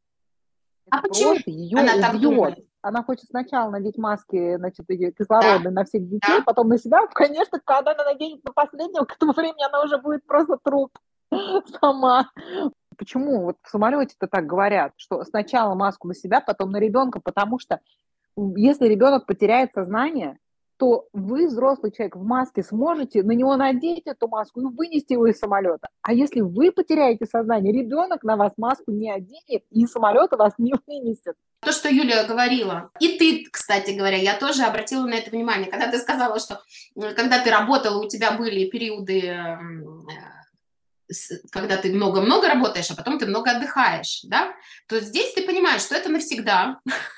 А почему ее она так думает? Она хочет сначала надеть маски, значит, кислородные на всех детей, потом на себя. Конечно, когда она наденет на последнего, к этому времени она уже будет просто труп сама. Почему вот в самолете-то так говорят, что сначала маску на себя, потом на ребенка, потому что если ребенок потеряет сознание, то вы, взрослый человек, в маске сможете на него надеть эту маску и вынести его из самолета. А если вы потеряете сознание, ребенок на вас маску не оденет, и из самолета вас не вынесет. То, что Юлия говорила, и ты, кстати говоря, я тоже обратила на это внимание, когда ты сказала, что когда ты работала, у тебя были периоды когда ты много-много работаешь, а потом ты много отдыхаешь, да, то здесь ты понимаешь, что это навсегда.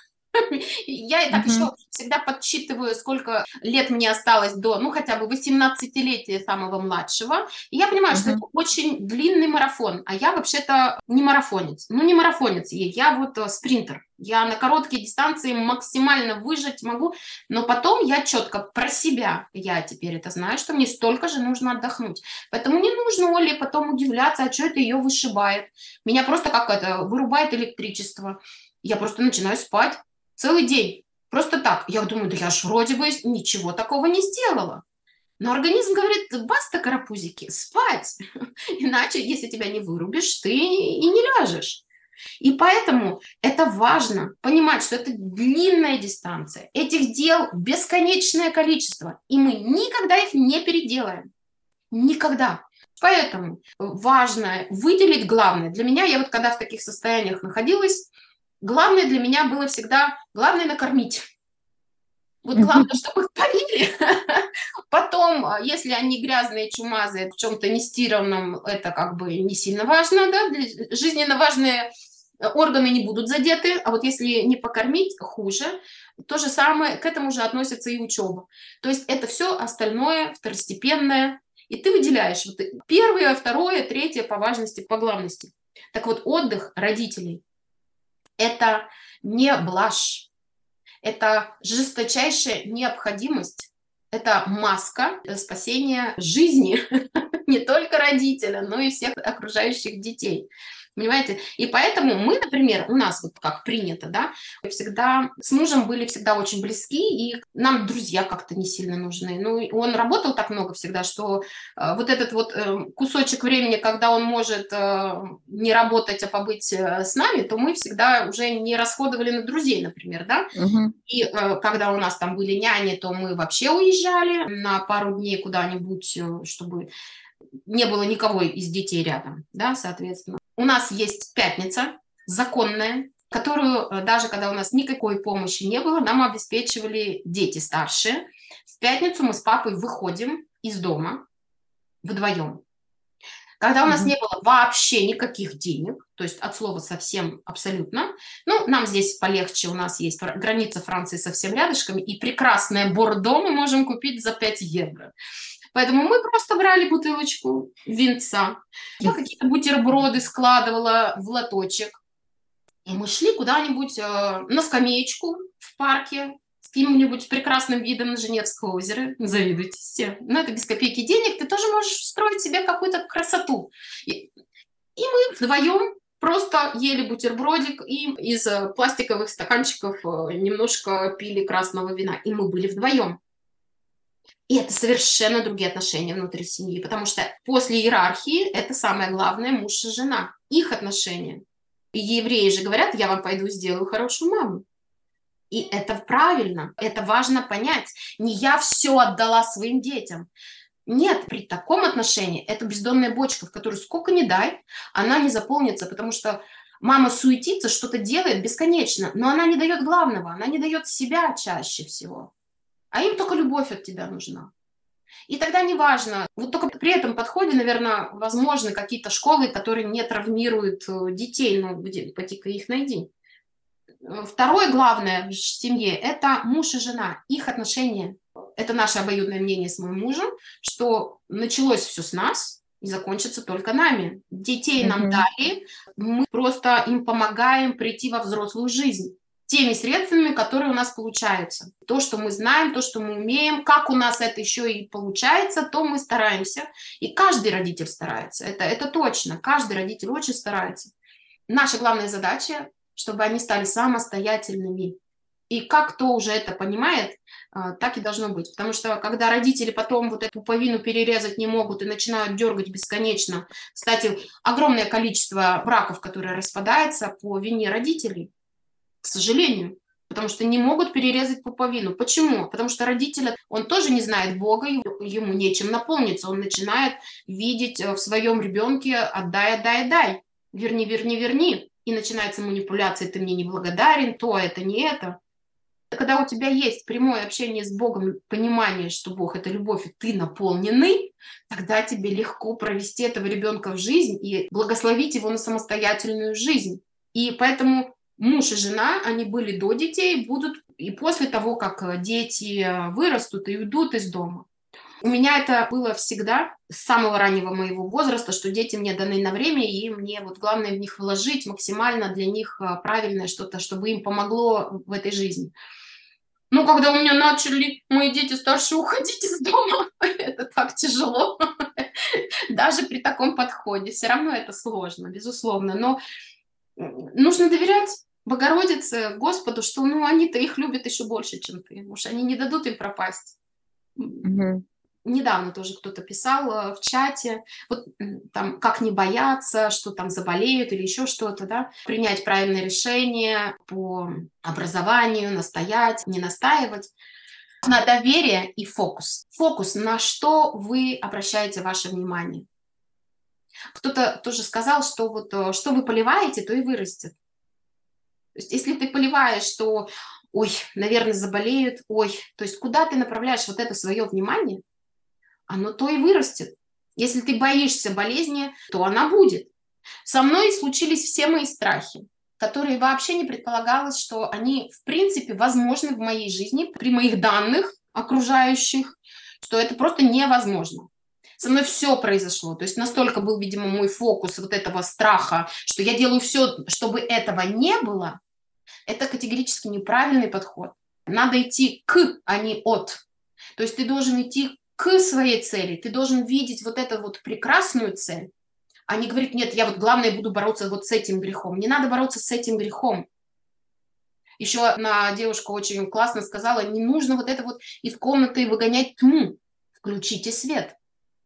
Я и так еще Мгм. всегда подсчитываю, сколько лет мне осталось до, ну, хотя бы 18-летия самого младшего. И я понимаю, что это Мгм. очень длинный марафон, а я вообще-то не марафонец. Ну, не марафонец, я вот спринтер. Я на короткие дистанции максимально выжать могу, но потом я четко про себя, я теперь это знаю, что мне столько же нужно отдохнуть. Поэтому не нужно Оле потом удивляться, а что это ее вышибает. Меня просто как это, вырубает электричество. Я просто начинаю спать. Целый день. Просто так. Я думаю, да я ж вроде бы ничего такого не сделала. Но организм говорит, баста, карапузики, спать. Иначе, если тебя не вырубишь, ты и не ляжешь. И поэтому это важно понимать, что это длинная дистанция. Этих дел бесконечное количество. И мы никогда их не переделаем. Никогда. Поэтому важно выделить главное. Для меня, я вот когда в таких состояниях находилась, главное для меня было всегда, главное накормить. Вот главное, чтобы их поили. Потом, если они грязные, чумазые, в чем-то нестиранном, это как бы не сильно важно, да, жизненно важные органы не будут задеты, а вот если не покормить, хуже. То же самое, к этому же относится и учеба. То есть это все остальное второстепенное, и ты выделяешь вот первое, второе, третье по важности, по главности. Так вот, отдых родителей – это не блажь, это жесточайшая необходимость, это маска спасения жизни не только родителя, но и всех окружающих детей. Понимаете? И поэтому мы, например, у нас вот как принято, да, мы всегда с мужем были всегда очень близки, и нам друзья как-то не сильно нужны. Ну, он работал так много всегда, что вот этот вот кусочек времени, когда он может не работать, а побыть с нами, то мы всегда уже не расходовали на друзей, например, да. Мгм. И когда у нас там были няни, то мы вообще уезжали на пару дней куда-нибудь, чтобы не было никого из детей рядом, да, соответственно. У нас есть пятница законная, которую даже когда у нас никакой помощи не было, нам обеспечивали дети старшие. В пятницу мы с папой выходим из дома вдвоем. Когда у нас Мгм. не было вообще никаких денег, то есть от слова совсем абсолютно, ну, нам здесь полегче, у нас есть граница Франции совсем рядышком, и прекрасное Бордо мы можем купить за 5 евро. Поэтому мы просто брали бутылочку винца, я какие-то бутерброды складывала в лоточек, и мы шли куда-нибудь на скамеечку в парке с каким-нибудь прекрасным видом на Женевское озеро. Завидуйте все. Но это без копейки денег. Ты тоже можешь строить себе какую-то красоту. И мы вдвоем просто ели бутербродик и из пластиковых стаканчиков немножко пили красного вина. И мы были вдвоем. И это совершенно другие отношения внутри семьи, потому что после иерархии это самое главное муж и жена, их отношения. И евреи же говорят, я вам пойду сделаю хорошую маму. И это правильно, это важно понять. Не я все отдала своим детям. Нет, при таком отношении это бездонная бочка, в которую сколько ни дай, она не заполнится, потому что мама суетится, что-то делает бесконечно, но она не дает главного, она не дает себя чаще всего. А им только любовь от тебя нужна. И тогда неважно, вот только при этом подходе, наверное, возможны какие-то школы, которые не травмируют детей, ну, где, поди-ка их найди. Второе главное в семье – это муж и жена, их отношения. Это наше обоюдное мнение с моим мужем, что началось все с нас и закончится только нами. Детей нам Мгм. дали, мы просто им помогаем прийти во взрослую жизнь теми средствами, которые у нас получаются. То, что мы знаем, то, что мы умеем, как у нас это еще и получается, то мы стараемся. И каждый родитель старается, это точно, каждый родитель очень старается. Наша главная задача, чтобы они стали самостоятельными. И как кто уже это понимает, так и должно быть. Потому что когда родители потом вот эту пуповину перерезать не могут и начинают дергать бесконечно, кстати, огромное количество браков, которые распадаются по вине родителей, к сожалению, потому что не могут перерезать пуповину. Почему? Потому что родитель, он тоже не знает Бога, ему нечем наполниться, он начинает видеть в своем ребенке «отдай, отдай, отдай», «верни, верни, верни», и начинается манипуляция «ты мне не благодарен», то это, не это. Когда у тебя есть прямое общение с Богом, понимание, что Бог — это любовь, и ты наполненный, тогда тебе легко провести этого ребенка в жизнь и благословить его на самостоятельную жизнь. И поэтому муж и жена, они были до детей, будут и после того, как дети вырастут и уйдут из дома. У меня это было всегда с самого раннего моего возраста, что дети мне даны на время, и мне вот главное в них вложить максимально для них правильное что-то, чтобы им помогло в этой жизни. Ну, когда у меня начали мои дети старшие уходить из дома, это так тяжело. Даже при таком подходе. Все равно это сложно, безусловно. Но нужно доверять Богородице, Господу, что ну, они-то их любят еще больше, чем ты. Уж они не дадут им пропасть. Мгм. Недавно тоже кто-то писал в чате, вот там, как не бояться, что там заболеют или еще что-то, да, принять правильное решение по образованию, настоять, не настаивать. На доверие и фокус. Фокус, на что вы обращаете ваше внимание. Кто-то тоже сказал, что вот что вы поливаете, то и вырастет. То есть если ты поливаешь, что, ой, наверное, заболеют, ой, то есть куда ты направляешь вот это свое внимание, оно то и вырастет. Если ты боишься болезни, то она будет. Со мной случились все мои страхи, которые вообще не предполагалось, что они в принципе возможны в моей жизни при моих данных окружающих, что это просто невозможно. Со мной все произошло. То есть настолько был, видимо, мой фокус вот этого страха, что я делаю все, чтобы этого не было. Это категорически неправильный подход. Надо идти к, а не от. То есть ты должен идти к своей цели, ты должен видеть вот эту вот прекрасную цель, а не говорить, нет, я вот главное буду бороться вот с этим грехом. Не надо бороться с этим грехом. Еще одна девушка очень классно сказала, не нужно вот это вот из комнаты выгонять тьму, включите свет.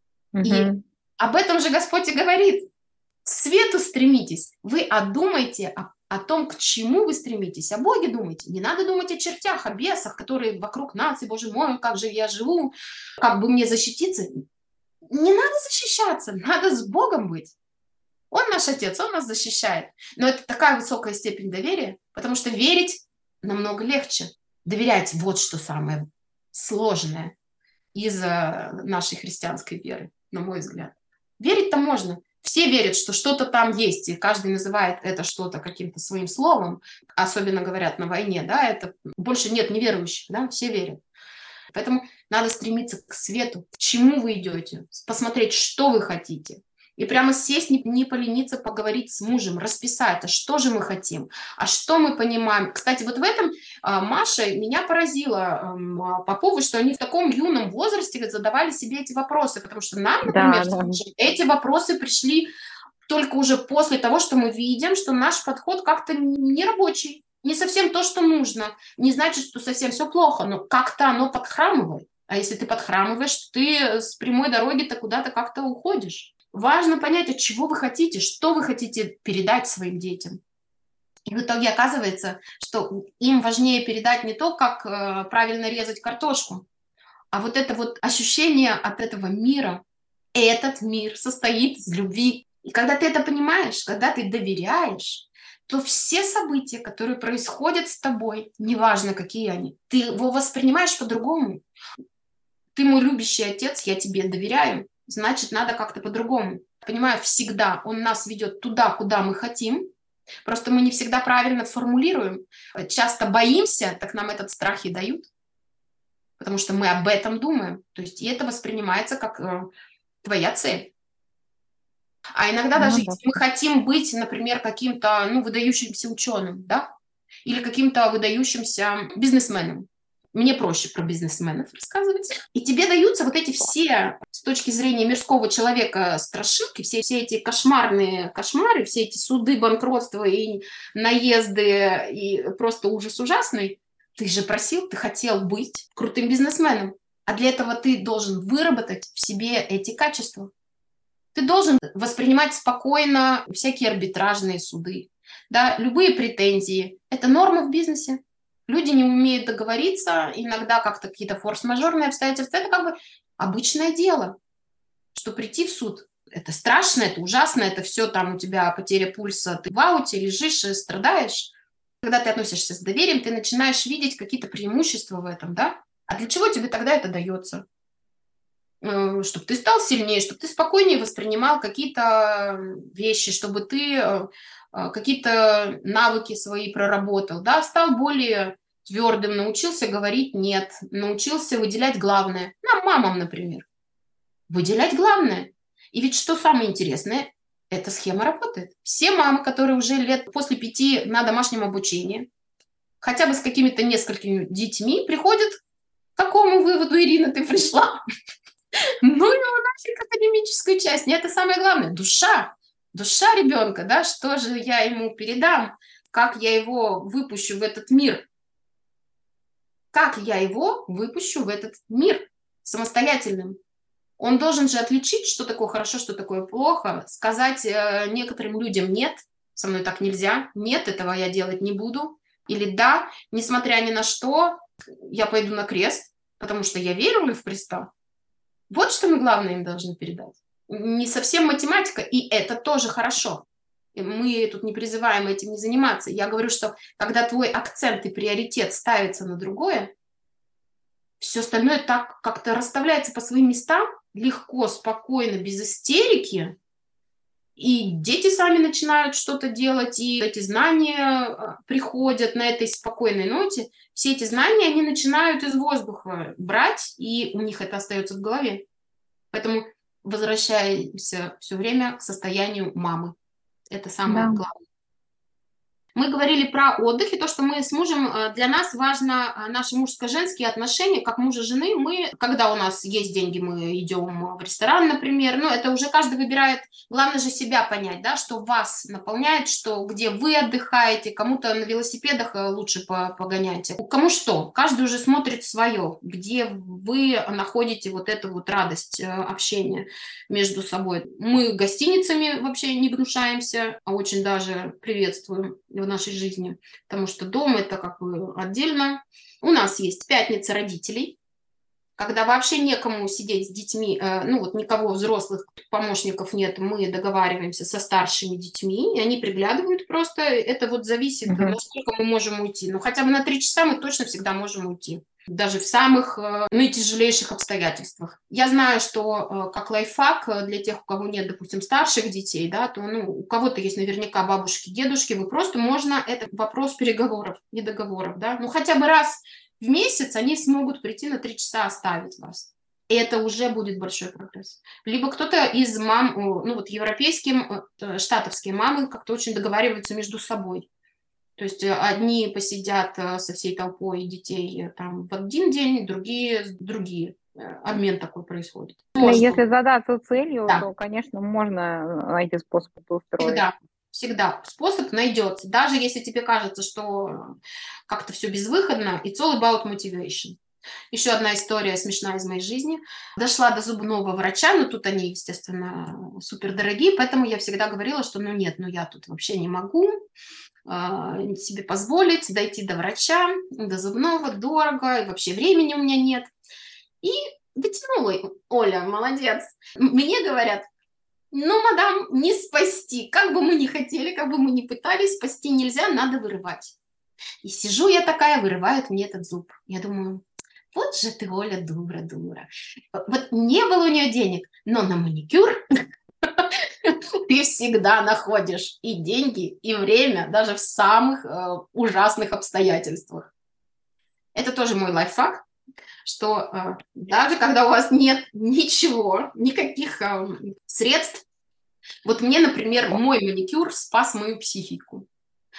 И Мгм. об этом же Господь и говорит. К свету стремитесь. Вы одумайте о том, к чему вы стремитесь. О Боге думайте. Не надо думать о чертях, о бесах, которые вокруг нас. И, Боже мой, как же я живу, как бы мне защититься. Не надо защищаться, надо с Богом быть. Он наш Отец, Он нас защищает. Но это такая высокая степень доверия, потому что верить намного легче. Доверять — вот что самое сложное из нашей христианской веры, на мой взгляд. Верить-то можно. Все верят, что что-то там есть, и каждый называет это что-то каким-то своим словом. Особенно говорят на войне, да, это больше нет неверующих, да, все верят. Поэтому надо стремиться к свету, к чему вы идете, посмотреть, что вы хотите. И прямо сесть, не полениться, поговорить с мужем, расписать, а что же мы хотим, а что мы понимаем. Кстати, вот в этом Маша меня поразила Попова, что они в таком юном возрасте задавали себе эти вопросы, потому что нам, например, Да, да. эти вопросы пришли только уже после того, что мы видим, что наш подход как-то не рабочий, не совсем то, что нужно. Не значит, что совсем все плохо, но как-то оно подхрамывает. А если ты подхрамываешь, то ты с прямой дороги-то куда-то как-то уходишь. Важно понять, от чего вы хотите, что вы хотите передать своим детям. И в итоге оказывается, что им важнее передать не то, как правильно резать картошку, а вот это вот ощущение от этого мира. Этот мир состоит из любви. И когда ты это понимаешь, когда ты доверяешь, то все события, которые происходят с тобой, неважно, какие они, ты его воспринимаешь по-другому. Ты мой любящий отец, я тебе доверяю, значит, надо как-то по-другому. Понимаю, всегда он нас ведет туда, куда мы хотим, просто мы не всегда правильно формулируем. Часто боимся, так нам этот страх и дают, потому что мы об этом думаем. То есть и это воспринимается как твоя цель. А иногда даже Ну да. если мы хотим быть, например, каким-то, ну, выдающимся ученым, да, или каким-то выдающимся бизнесменом, мне проще про бизнесменов рассказывать. И тебе даются вот эти все, с точки зрения мирского человека, страшилки, все эти кошмарные кошмары, все эти суды, банкротства и наезды, и просто ужас ужасный. Ты же просил, ты хотел быть крутым бизнесменом. А для этого ты должен выработать в себе эти качества. Ты должен воспринимать спокойно всякие арбитражные суды, да, любые претензии. Это норма в бизнесе. Люди не умеют договориться, иногда как-то какие-то форс-мажорные обстоятельства. Это как бы обычное дело, что прийти в суд. Это страшно, это ужасно, это все там у тебя потеря пульса, ты в ауте, лежишь и страдаешь. Когда ты относишься с доверием, ты начинаешь видеть какие-то преимущества в этом, да? А для чего тебе тогда это дается? Чтобы ты стал сильнее, чтобы ты спокойнее воспринимал какие-то вещи, чтобы ты какие-то навыки свои проработал, да, стал более твердым, научился говорить «нет», научился выделять главное. Нам, мамам, например, выделять главное. И ведь что самое интересное, эта схема работает. Все мамы, которые уже лет после 5 на домашнем обучении, хотя бы с какими-то несколькими детьми, приходят к какому выводу, Ирина, ты пришла? Ну его нафиг академическую часть. Не это самое главное. Душа. Душа ребенка, да, что же я ему передам, как я его выпущу в этот мир. Как я его выпущу в этот мир самостоятельным. Он должен же отличить, что такое хорошо, что такое плохо, сказать некоторым людям «нет», со мной так нельзя, «нет, этого я делать не буду», или «да, несмотря ни на что, я пойду на крест, потому что я верю в Христа». Вот что мы главное им должны передать. Не совсем математика, и это тоже хорошо. И мы тут не призываем этим не заниматься. Я говорю, что когда твой акцент и приоритет ставится на другое, все остальное так как-то расставляется по своим местам, легко, спокойно, без истерики, и дети сами начинают что-то делать, и эти знания приходят на этой спокойной ноте. Все эти знания они начинают из воздуха брать, и у них это остается в голове. Поэтому возвращаемся все время к состоянию мамы. Это самое Да. главное. Мы говорили про отдых, и то, что мы с мужем, для нас важно наши мужско-женские отношения, как муж и жены. Мы, когда у нас есть деньги, мы идем в ресторан, например, ну, это уже каждый выбирает, главное же себя понять, да, что вас наполняет, что где вы отдыхаете, кому-то на велосипедах лучше погоняйте, кому что, каждый уже смотрит свое, где вы находите вот эту вот радость общения между собой. Мы гостиницами вообще не гнушаемся, а очень даже приветствуем в нашей жизни, потому что дом это как бы отдельно. У нас есть пятница родителей, когда вообще некому сидеть с детьми, ну вот никого взрослых помощников нет, мы договариваемся со старшими детьми, и они приглядывают просто. Это вот зависит, насколько мы можем уйти. Но хотя бы на 3 часа мы точно всегда можем уйти. Даже в самых наитяжелейших обстоятельствах. Я знаю, что как лайфхак для тех, у кого нет, допустим, старших детей, да, то ну, у кого-то есть наверняка бабушки, дедушки, вы просто можно, это вопрос переговоров, не договоров, да, ну хотя бы раз в месяц они смогут прийти на 3 часа оставить вас. И это уже будет большой прогресс. Либо кто-то из мам, ну вот европейские, штатовские мамы как-то очень договариваются между собой. То есть одни посидят со всей толпой детей там в один день, другие. Обмен такой происходит. Если задаться целью, Да, то, конечно, можно найти способ это устроить. всегда способ найдется. Даже если тебе кажется, что как-то все безвыходно, it's all about motivation. Еще одна история смешная из моей жизни. Дошла до зубного врача, но тут они, естественно, супер дорогие, поэтому я всегда говорила, что ну нет, ну я тут вообще не могу себе позволить дойти до врача, до зубного, дорого, и вообще времени у меня нет. И дотянула Оля, молодец. Мне говорят, ну, мадам, не спасти. Как бы мы ни хотели, как бы мы ни пытались, спасти нельзя, надо вырывать. И сижу я такая, вырывают мне этот зуб. Я думаю, вот же ты, Оля, дура. Вот не было у нее денег, но на маникюр ты всегда находишь и деньги, и время, даже в самых ужасных обстоятельствах. Это тоже мой лайфхак, что даже когда у вас нет ничего, никаких средств, вот мне, например, мой маникюр спас мою психику.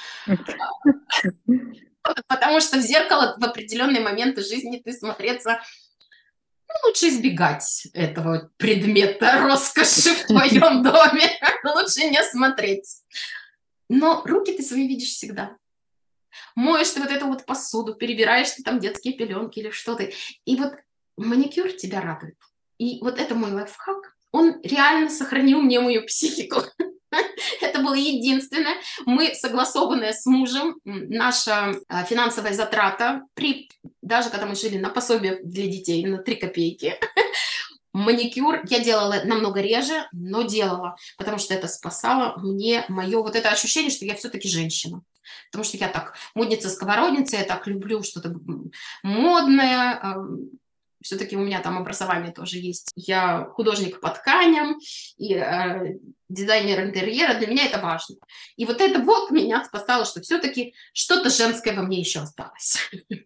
Потому что в зеркало в определенные моменты жизни ты смотреться, ну, лучше избегать этого предмета роскоши в твоем доме. Лучше не смотреть. Но руки ты свои видишь всегда. Моешь ты вот эту вот посуду, перебираешь ты там детские пеленки или что-то. И вот маникюр тебя радует. И вот это мой лайфхак. Он реально сохранил мне мою психику. Это было единственное. Мы, согласованные с мужем, наша финансовая затрата, даже когда мы жили на пособие для детей на 3 копейки, маникюр я делала намного реже, но делала, потому что это спасало мне мое вот это ощущение, что я все-таки женщина. Потому что я так модница-сковородница, я так люблю что-то модное. Все-таки у меня там образование тоже есть. Я художник по тканям и дизайнер интерьера. Для меня это важно. И вот это вот меня спасало, что все-таки что-то женское во мне еще осталось.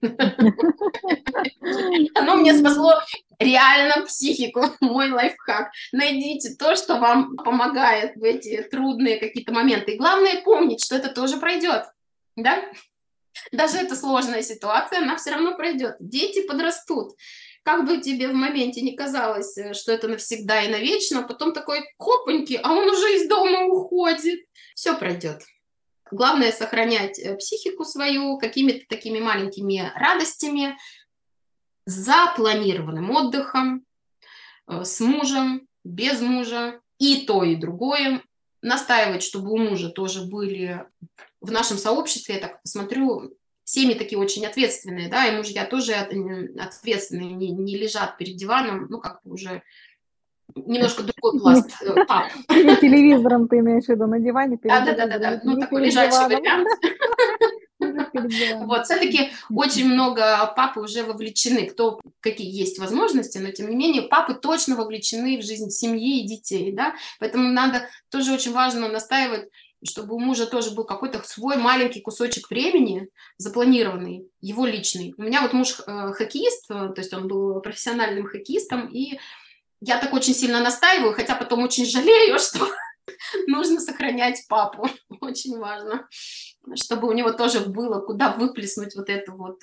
Оно мне спасло реально психику, мой лайфхак. Найдите то, что вам помогает в эти трудные какие-то моменты. И главное помнить, что это тоже пройдет. Да? Даже эта сложная ситуация, она все равно пройдет. Дети подрастут. Как бы тебе в моменте не казалось, что это навсегда и навечно, потом такой хопаньки, а он уже из дома уходит. Все пройдет. Главное сохранять психику свою какими-то такими маленькими радостями, запланированным отдыхом, с мужем, без мужа, и то, и другое. Настаивать, чтобы у мужа тоже были в нашем сообществе, я так посмотрю, семьи такие очень ответственные, да, и мужья тоже ответственные, не лежат перед диваном, ну, как бы уже немножко другой пласт пап. Не телевизором ты имеешь в виду, на диване перед Да, телевизором, ну, не такой перед лежачий диваном. вариант. Перед диваном. Вот, все-таки очень много папы уже вовлечены, кто какие есть возможности, но тем не менее папы точно вовлечены в жизнь семьи и детей, да, поэтому надо, тоже очень важно настаивать, чтобы у мужа тоже был какой-то свой маленький кусочек времени, запланированный, его личный. У меня вот муж хоккеист, то есть он был профессиональным хоккеистом, и я так очень сильно настаиваю, хотя потом очень жалею, что нужно сохранять папу, очень важно, чтобы у него тоже было куда выплеснуть вот это вот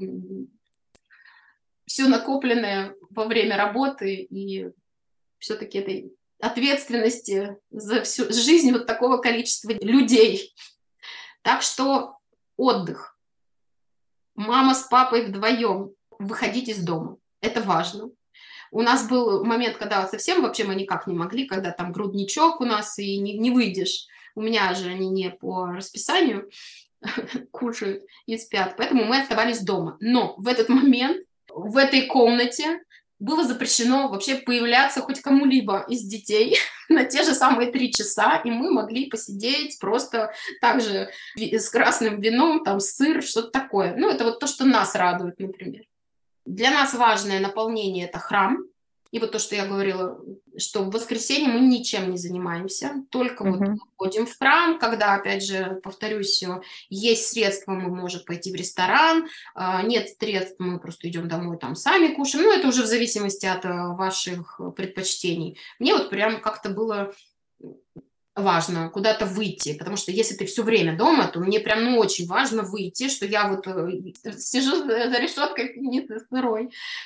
все накопленное во время работы и все-таки этой ответственности за всю жизнь вот такого количества людей. Так что отдых. Мама с папой вдвоем выходить из дома. Это важно. У нас был момент, когда совсем вообще мы никак не могли, когда там грудничок у нас и не выйдешь. У меня же они не по расписанию кушают и спят, поэтому мы оставались дома. Но в этот момент в этой комнате было запрещено вообще появляться хоть кому-либо из детей на те же самые 3 часа, и мы могли посидеть просто так же с красным вином, там сыр, что-то такое. Ну, это вот то, что нас радует, например. Для нас важное наполнение – это храм. И вот то, что я говорила, что в воскресенье мы ничем не занимаемся, только вот ходим в храм, когда, опять же, повторюсь, есть средства, мы можем пойти в ресторан, нет средств, мы просто идем домой, там сами кушаем. Ну, это уже в зависимости от ваших предпочтений. Мне вот прям как-то было важно куда-то выйти, потому что если ты все время дома, то мне прям ну, очень важно выйти, что я вот сижу за решеткой пивницы сырой.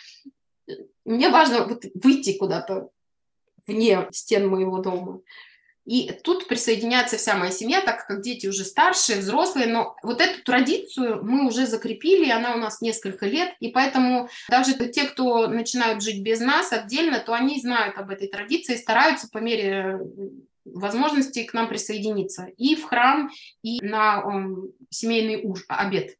Мне важно вот выйти куда-то вне стен моего дома. И тут присоединяется вся моя семья, так как дети уже старшие, взрослые, но вот эту традицию мы уже закрепили, она у нас несколько лет, и поэтому даже те, кто начинают жить без нас отдельно, то они знают об этой традиции, стараются по мере возможности к нам присоединиться и в храм, и на семейный обед.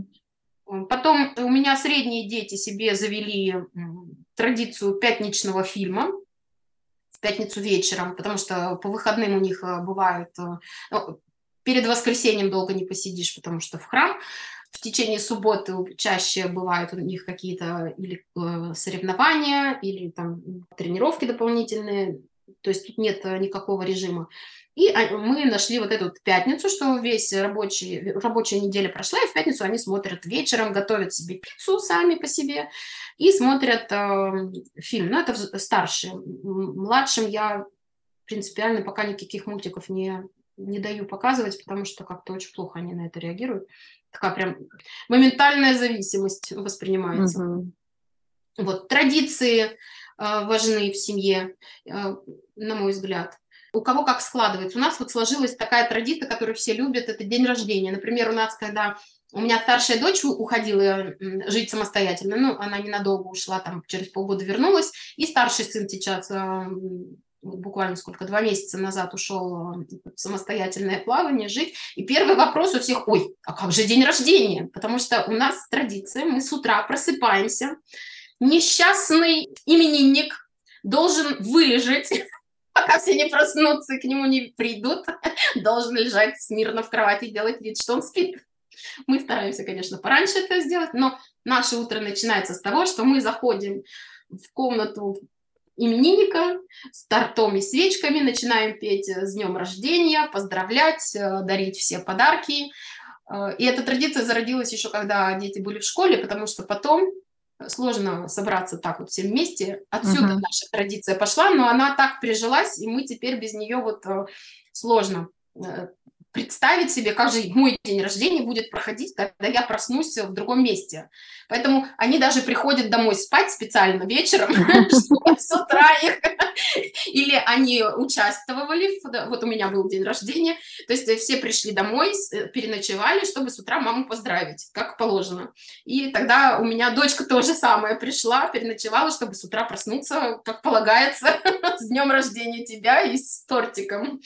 Потом у меня средние дети себе завели традицию пятничного фильма в пятницу вечером, потому что по выходным у них бывают... перед воскресеньем долго не посидишь, потому что в храм. В течение субботы чаще бывают у них какие-то или соревнования, или там тренировки дополнительные. То есть тут нет никакого режима. И мы нашли вот эту вот пятницу, что весь рабочая неделя прошла, и в пятницу они смотрят вечером, готовят себе пиццу сами по себе и смотрят фильм. Но это старшие. Младшим я принципиально пока никаких мультиков не даю показывать, потому что как-то очень плохо они на это реагируют. Такая прям моментальная зависимость воспринимается. Вот, традиции важны в семье, на мой взгляд. У кого как складывается. У нас вот сложилась такая традиция, которую все любят, это день рождения. Например, у нас, когда у меня старшая дочь уходила жить самостоятельно, ну, она ненадолго ушла, там, через полгода вернулась, и старший сын сейчас буквально 2 месяца назад ушел в самостоятельное плавание жить. И первый вопрос у всех: ой, а как же день рождения? Потому что у нас традиция, мы с утра просыпаемся, несчастный именинник должен вылежать пока все не проснутся и к нему не придут, должен лежать смирно в кровати и делать вид, что он спит. Мы стараемся, конечно, пораньше это сделать, но наше утро начинается с того, что мы заходим в комнату именинника с тортом и свечками, начинаем петь с днем рождения, поздравлять, дарить все подарки. И эта традиция зародилась еще, когда дети были в школе, потому что потом сложно собраться так вот все вместе. Отсюда наша традиция пошла, но она так прижилась, и мы теперь без нее вот сложно представить себе, как же мой день рождения будет проходить, когда я проснусь в другом месте. Поэтому они даже приходят домой спать специально вечером, чтобы с утра их... Или они участвовали, вот у меня был день рождения, то есть все пришли домой, переночевали, чтобы с утра маму поздравить, как положено. И тогда у меня дочка тоже самое пришла, переночевала, чтобы с утра проснуться, как полагается, с днем рождения тебя и с тортиком.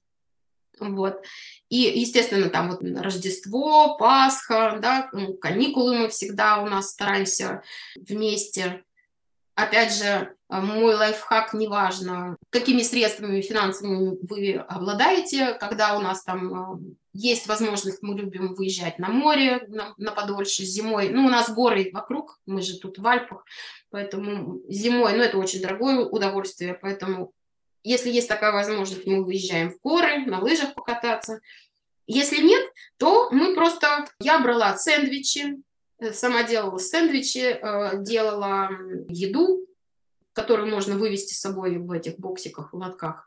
Вот. И, естественно, там вот Рождество, Пасха, да, каникулы мы всегда у нас стараемся вместе. Опять же, мой лайфхак, неважно, какими средствами финансовыми вы обладаете, когда у нас там есть возможность, мы любим выезжать на море на подольше зимой. Ну, у нас горы вокруг, мы же тут в Альпах, поэтому зимой, ну, это очень дорогое удовольствие, поэтому если есть такая возможность, мы выезжаем в горы, на лыжах покататься. Если нет, то мы просто... Я брала сэндвичи, сама делала сэндвичи, делала еду, которую можно вывести с собой в этих боксиках, в лотках.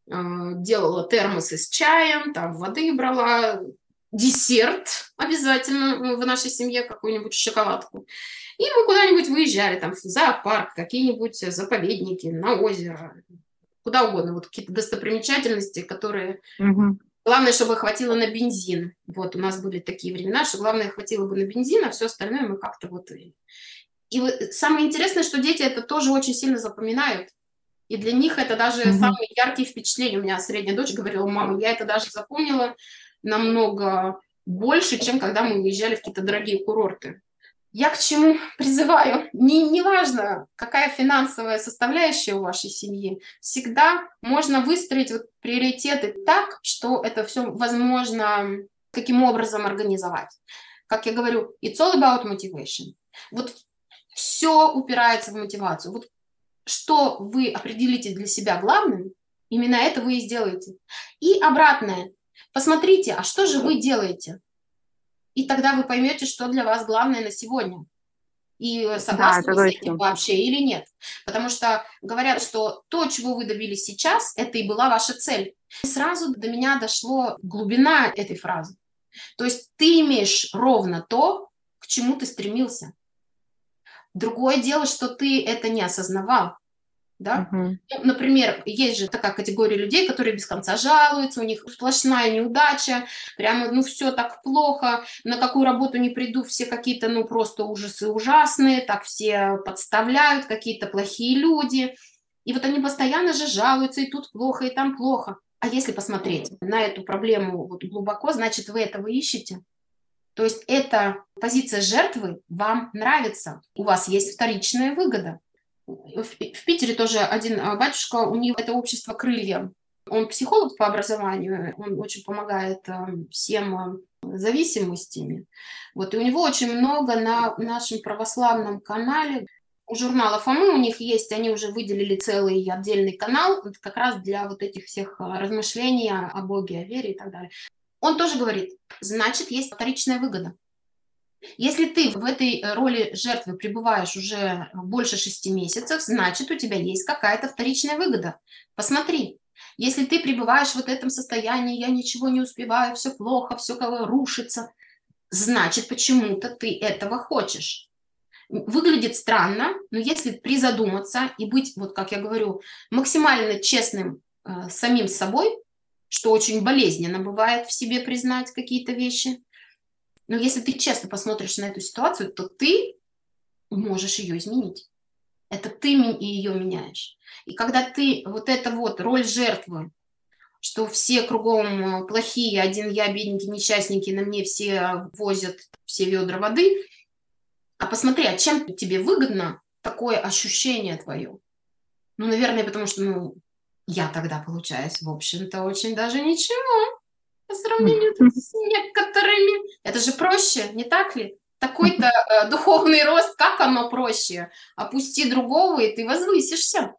Делала термосы с чаем, там воды брала, десерт обязательно в нашей семье, какую-нибудь шоколадку. И мы куда-нибудь выезжали, там в зоопарк, какие-нибудь заповедники, на озеро, куда угодно, вот какие-то достопримечательности, которые... Главное, чтобы хватило на бензин. Вот у нас были такие времена, что главное, хватило бы на бензин, а все остальное мы как-то вот... И вот самое интересное, что дети это тоже очень сильно запоминают. И для них это даже самые яркие впечатления. У меня средняя дочь говорила: мама, я это даже запомнила намного больше, чем когда мы уезжали в какие-то дорогие курорты. Я к чему призываю? Неважно, какая финансовая составляющая у вашей семьи, всегда можно выстроить вот приоритеты так, что это все возможно каким образом организовать. Как я говорю, it's all about motivation. Вот все упирается в мотивацию. Вот что вы определите для себя главным, именно это вы и сделаете. И обратное. Посмотрите, а что же вы делаете? И тогда вы поймете, что для вас главное на сегодня. И согласны вы с этим вообще или нет. Потому что говорят, что то, чего вы добились сейчас, это и была ваша цель. И сразу до меня дошло глубина этой фразы. То есть ты имеешь ровно то, к чему ты стремился. Другое дело, что ты это не осознавал. Да? Ну, например, есть же такая категория людей, которые без конца жалуются, у них сплошная неудача, прямо, ну, все так плохо, на какую работу не приду, все какие-то, ну, просто ужасы ужасные, так все подставляют, какие-то плохие люди. И вот они постоянно же жалуются, и тут плохо, и там плохо. А если посмотреть на эту проблему вот глубоко, значит, вы этого ищете. То есть эта позиция жертвы вам нравится, у вас есть вторичная выгода. В Питере тоже один батюшка, у него это общество «Крылья». Он психолог по образованию, он очень помогает всем зависимостями. Вот, и у него очень много на нашем православном канале. У журнала «Фомы» у них есть, они уже выделили целый отдельный канал как раз для вот этих всех размышлений о Боге, о вере и так далее. Он тоже говорит, значит, есть вторичная выгода. Если ты в этой роли жертвы пребываешь уже больше 6 месяцев, значит, у тебя есть какая-то вторичная выгода. Посмотри, если ты пребываешь в вот этом состоянии, я ничего не успеваю, все плохо, все рушится, значит, почему-то ты этого хочешь. Выглядит странно, но если призадуматься и быть, вот как я говорю, максимально честным с самим собой, что очень болезненно бывает в себе признать какие-то вещи, но если ты честно посмотришь на эту ситуацию, то ты можешь ее изменить. Это ты ее меняешь. И когда ты вот эта вот роль жертвы, что все кругом плохие, один я, бедненький, несчастненький, на мне все возят все ведра воды, а посмотри, а чем тебе выгодно такое ощущение твое? Ну, наверное, потому что, Я тогда получаюсь, в общем-то, очень даже ничего по сравнению тут с некоторыми. Это же проще, не так ли? Такой-то духовный рост, как оно проще? Опусти другого, и ты возвысишься.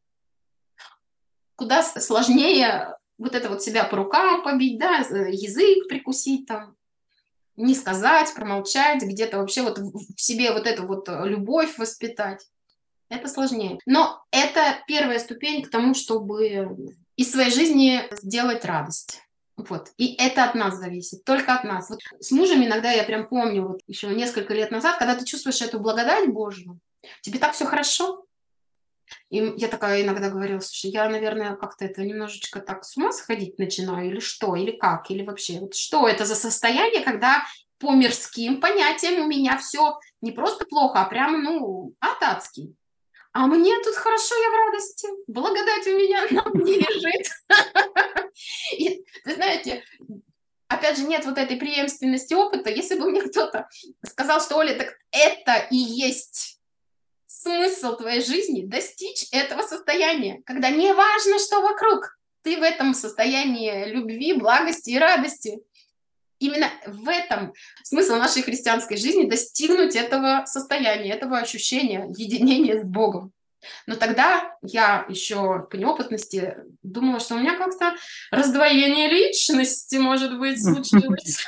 Куда сложнее вот это вот себя по рукам побить, да, язык прикусить там, не сказать, промолчать, где-то вообще вот в себе вот эту вот любовь воспитать. Это сложнее. Но это первая ступень к тому, чтобы из своей жизни сделать радость. Вот. И это от нас зависит, только от нас. Вот с мужем иногда я прям помню, вот еще несколько лет назад, когда ты чувствуешь эту благодать Божью, тебе так все хорошо. И я такая иногда говорила, слушай, я, наверное, как-то это немножечко так с ума сходить начинаю, или что, или как, или вообще, вот что это за состояние, когда по мирским понятиям у меня все не просто плохо, а прямо, ну, адски. А мне тут хорошо, я в радости. Благодать у меня на мне лежит. И, вы знаете, опять же, нет вот этой преемственности опыта. Если бы мне кто-то сказал, что, Оля, так это и есть смысл твоей жизни, достичь этого состояния, когда не важно, что вокруг, ты в этом состоянии любви, благости и радости. Именно в этом смысл нашей христианской жизни, достигнуть этого состояния, этого ощущения единения с Богом. Но тогда я еще по неопытности думала, что у меня как-то раздвоение личности, может быть, случилось.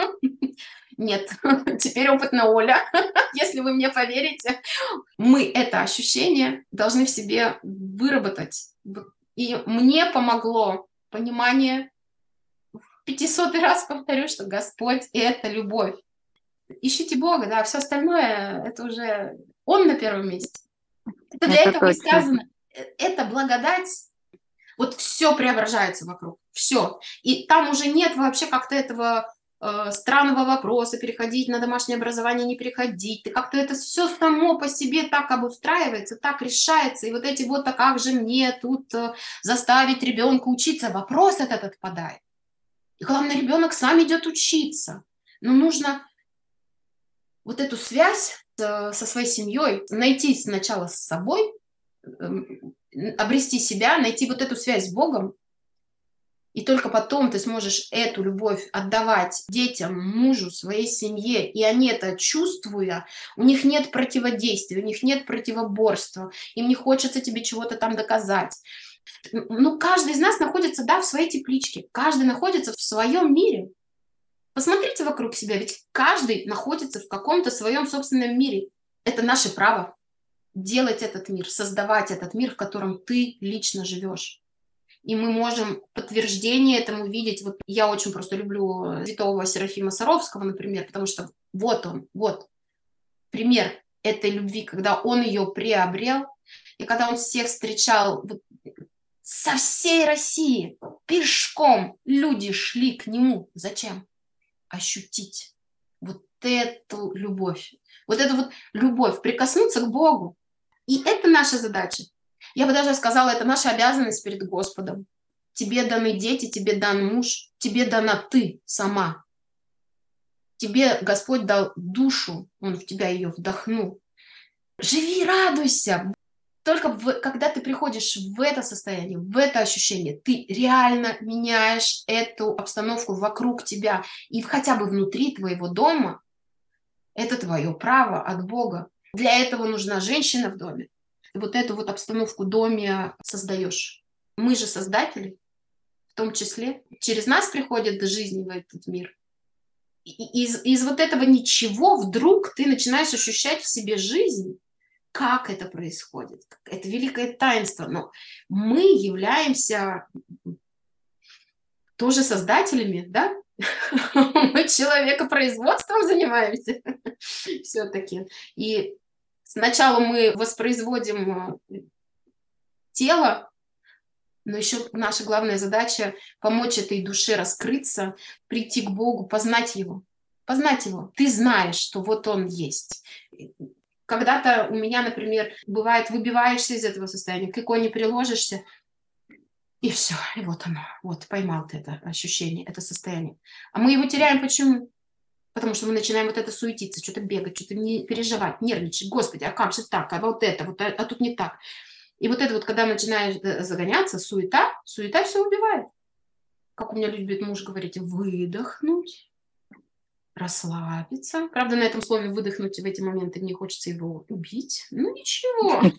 Нет, теперь опытная Оля, если вы мне поверите. Мы это ощущение должны в себе выработать. И мне помогло понимание, в 500-й раз повторю, что Господь – это любовь. Ищите Бога, да, все остальное – это уже Он на первом месте. Это для Это этого и точно. сказано. Это благодать. Вот все преображается вокруг. Все. И там уже нет вообще как-то этого странного вопроса, переходить на домашнее образование, не переходить. Ты как-то это все само по себе так обустраивается, так решается. И вот эти вот, а как же мне тут заставить ребенка учиться? Вопрос этот отпадает. И главное, ребенок сам идет учиться. Но нужно вот эту связь со своей семьей найти сначала с собой, обрести себя, найти вот эту связь с Богом, и только потом ты сможешь эту любовь отдавать детям, мужу, своей семье, и они это чувствуя, у них нет противодействия, у них нет противоборства, им не хочется тебе чего-то там доказать. Ну, каждый из нас находится, да, в своей тепличке, каждый находится в своем мире. Посмотрите вокруг себя, ведь каждый находится в каком-то своем собственном мире. Это наше право делать этот мир, создавать этот мир, в котором ты лично живешь. И мы можем подтверждение этому видеть. Вот я очень просто люблю святого Серафима Саровского, например, потому что вот он, вот пример этой любви, когда он ее приобрел, и когда он всех встречал вот, со всей России пешком, люди шли к нему. Зачем? Ощутить вот эту любовь. Вот эту вот любовь, прикоснуться к Богу. И это наша задача. Я бы даже сказала, это наша обязанность перед Господом. Тебе даны дети, тебе дан муж, тебе дана ты сама. Тебе Господь дал душу, Он в тебя ее вдохнул. Живи, радуйся. Только когда ты приходишь в это состояние, в это ощущение, ты реально меняешь эту обстановку вокруг тебя. И хотя бы внутри твоего дома, это твое право от Бога. Для этого нужна женщина в доме. И вот эту вот обстановку в доме создаешь. Мы же создатели, в том числе. Через нас приходит жизнь в этот мир. И из вот этого ничего вдруг ты начинаешь ощущать в себе жизнь. Как это происходит? Это великое таинство. Но мы являемся тоже создателями, да? Мы человекопроизводством занимаемся все-таки. И сначала мы воспроизводим тело, но еще наша главная задача помочь этой душе раскрыться, прийти к Богу, познать Его. Познать Его. Ты знаешь, что вот Он есть. Когда-то у меня, например, бывает, выбиваешься из этого состояния, к иконе приложишься, и все, и вот оно, вот поймал ты это ощущение, это состояние. А мы его теряем почему? Потому что мы начинаем вот это суетиться, что-то бегать, что-то не переживать, нервничать. Господи, а как же так? А вот это, вот, а тут не так. И вот это вот, когда начинаешь загоняться, суета все убивает. Как у меня любит муж говорить, выдохнуть, расслабиться. Правда, на этом слове выдохнуть в эти моменты мне хочется его убить. Ну ничего.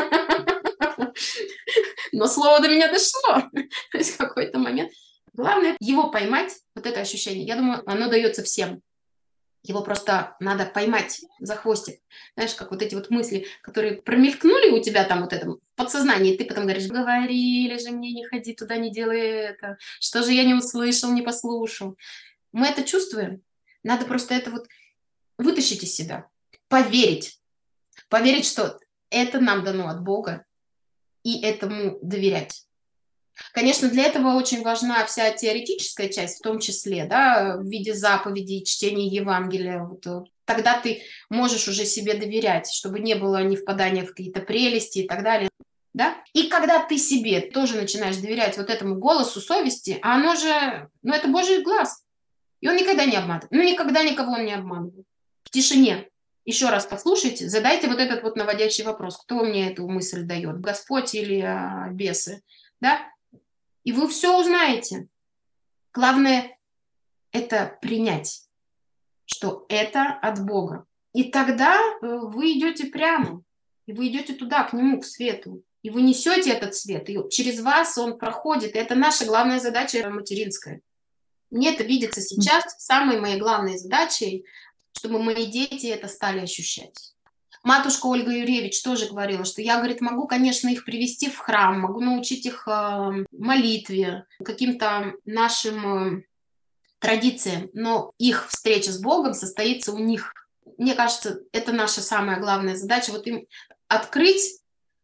Но слово до меня дошло. То есть в какой-то момент. Главное его поймать, вот это ощущение. Я думаю, оно дается всем. Его просто надо поймать за хвостик. Знаешь, как вот эти вот мысли, которые промелькнули у тебя там вот этом в подсознании, и ты потом говоришь, говорили же мне, не ходи туда, не делай это. Что же я не услышал, не послушал. Мы это чувствуем. Надо просто это вот вытащить из себя. Поверить. Поверить, что это нам дано от Бога, и этому доверять. Конечно, для этого очень важна вся теоретическая часть, в том числе, да, в виде заповедей, чтения Евангелия. Вот, тогда ты можешь уже себе доверять, чтобы не было ни впадания в какие-то прелести и так далее. Да? И когда ты себе тоже начинаешь доверять вот этому голосу совести, а оно же, ну, это Божий глаз. И он никогда не обманывает. Ну, никогда никого он не обманывает. В тишине. Еще раз послушайте, задайте вот этот вот наводящий вопрос. Кто мне эту мысль дает? Господь или бесы? Да? И вы все узнаете. Главное это принять, что это от Бога. И тогда вы идете прямо, и вы идете туда, к Нему, к свету. И вы несете этот свет, и через вас он проходит. И это наша главная задача материнская. Мне это видится сейчас самой моей главной задачей, чтобы мои дети это стали ощущать. Матушка Ольга Юрьевич тоже говорила, что я, говорит, могу, конечно, их привести в храм, могу научить их молитве, каким-то нашим традициям, но их встреча с Богом состоится у них. Мне кажется, это наша самая главная задача, вот им открыть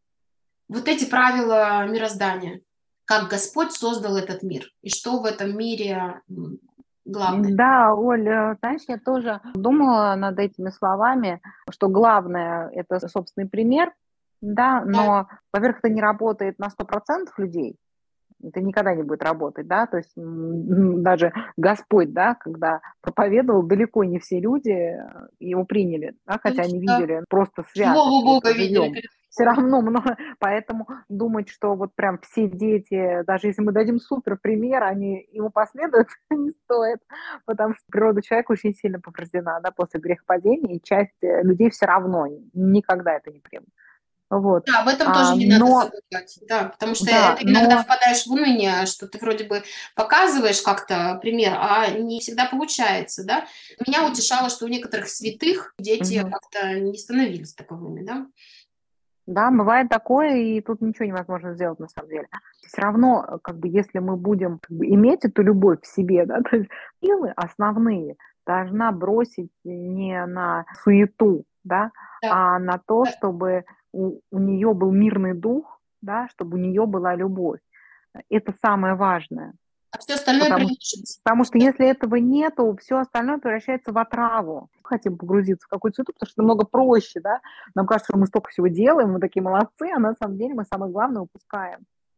вот эти правила мироздания, как Господь создал этот мир, и что в этом мире главное. Да, Оля, знаешь, я тоже думала над этими словами, что главное – это собственный пример, да, Да, но, во-первых, это не работает на 100% людей, это никогда не будет работать, да, то есть даже Господь, да, когда проповедовал, далеко не все люди его приняли, да, хотя они да. видели просто святость, Живого вот Бога видели живем. перед Все собой. равно много, поэтому думать, что вот прям все дети, даже если мы дадим супер пример, они ему последуют, не стоит, потому что природа человека очень сильно повреждена, да, после грехопадения, и часть людей все равно никогда это не примут. Вот. Да, об этом тоже не надо Но, забывать, да, потому что да, это иногда но впадаешь в уныние, что ты вроде бы показываешь как-то пример, а не всегда получается, да. Меня утешало, что у некоторых святых дети мгм. как-то не становились таковыми, да. Да, бывает такое, и тут ничего невозможно сделать на самом деле. Все равно, как бы, если мы будем как бы, иметь эту любовь в себе, да, то есть силы основные должна бросить не на суету, да, Да, а на то, да. чтобы у нее был мирный дух, да, чтобы у нее была любовь. Это самое важное. А все остальное Потому, придушится. потому что Всё если этого нету, все остальное превращается в отраву. Хотим погрузиться в какую-то суету, потому что намного проще, да. Нам кажется, что мы столько всего делаем, мы такие молодцы, а на самом деле мы самое главное упускаем.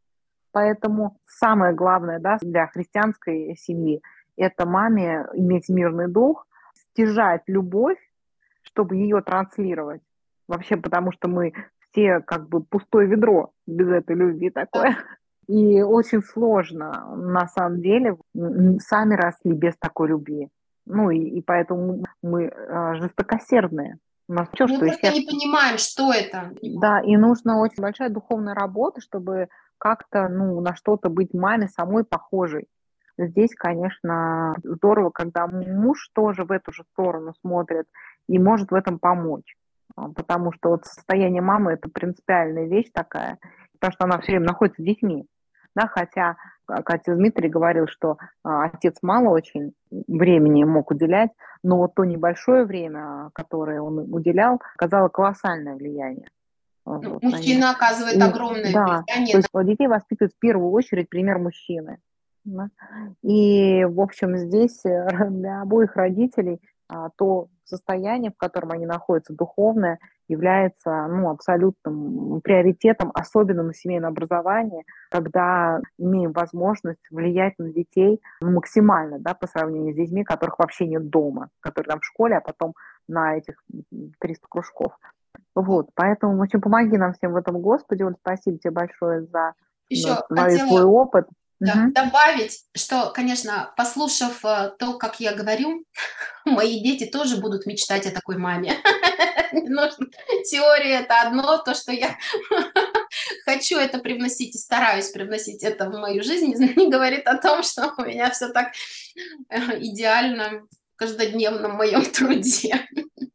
Поэтому самое главное, да, для христианской семьи – это маме иметь мирный дух, стяжать любовь, чтобы ее транслировать. Вообще, потому что мы все как бы пустое ведро без этой любви да. такое. И очень сложно, на самом деле, сами росли без такой любви. Ну и поэтому мы жестокосердные. У нас все, Мы что из просто не сердца. понимаем, что это. Да, и нужна очень большая духовная работа, чтобы как-то, ну, на что-то быть маме самой похожей. Здесь, конечно, здорово, когда муж тоже в эту же сторону смотрит и может в этом помочь. Потому что вот состояние мамы – это принципиальная вещь такая, потому что она все время находится с детьми. Да, хотя, как отец Дмитрий говорил, что отец мало очень времени мог уделять, но вот то небольшое время, которое он уделял, оказало колоссальное влияние. Ну, Вот, на них. мужчина оказывает И огромное да, то влияние на. есть вот детей воспитывает в первую очередь пример мужчины. Да. И, в общем, здесь для обоих родителей то состояние, в котором они находятся, духовное, является ну, абсолютным приоритетом, особенно на семейное образование, когда имеем возможность влиять на детей ну, максимально, да, по сравнению с детьми, которых вообще нет дома, которые там в школе, а потом на этих 300 кружков. Вот, поэтому очень помоги нам всем в этом, Господи. Вот спасибо тебе большое за Еще твой хотела, опыт. да, Мгм. добавить, что, конечно, послушав то, как я говорю, мои дети тоже будут мечтать о такой маме. Не нужно. Теория — это одно, то, что я хочу это привносить и стараюсь привносить это в мою жизнь, не говорит о том, что у меня все так идеально в каждодневном моем труде.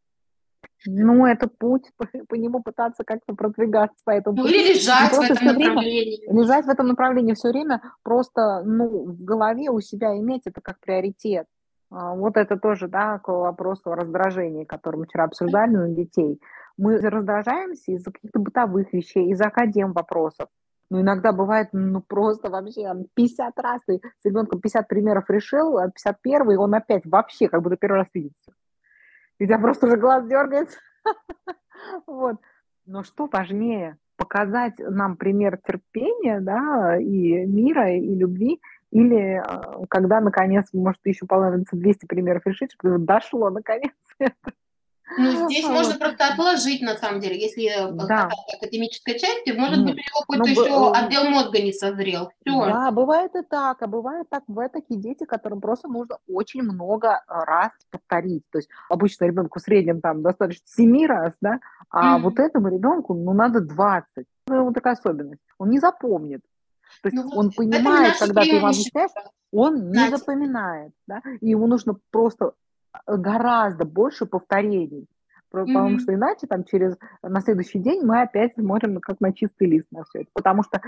Ну, это путь, по нему пытаться как-то продвигаться по этому Ну, пути. или И лежать в просто этом все время направлении. лежать в этом направлении все время, просто, ну, в голове у себя иметь это как приоритет. Вот это тоже, да, к вопросу о раздражении, который мы вчера обсуждали на детей. Мы раздражаемся из-за каких-то бытовых вещей, из-за академ вопросов. Но иногда бывает, ну, просто вообще 50 раз ты с ребенком 50 примеров решил, а 51-й он опять вообще как будто первый раз видится. И у тебя просто уже глаз дергается. Вот. Но что важнее? Показать нам пример терпения, да, и мира, и любви, или когда, наконец, может, еще понадобится 200 примеров решить, чтобы дошло, наконец. Ну, здесь Вот. можно просто отложить, на самом деле, если Да, касаться академической части, может быть, нет. у него Но, какой-то еще отдел мозга не созрел. Все. да, бывает и так, а бывает так, бывают такие дети, которым просто нужно очень много раз повторить. То есть обычно ребенку в среднем там достаточно 7 раз, да, а вот этому ребенку, ну, надо 20. Ну, вот такая особенность. Он не запомнит. То есть Ну вот он в этом и понимает, наше когда ты ему преимущество, объясняешь, он не знаете. запоминает, да, и ему нужно просто гораздо больше повторений, потому Мгм. что иначе там на следующий день мы опять смотрим как на чистый лист на все это, потому что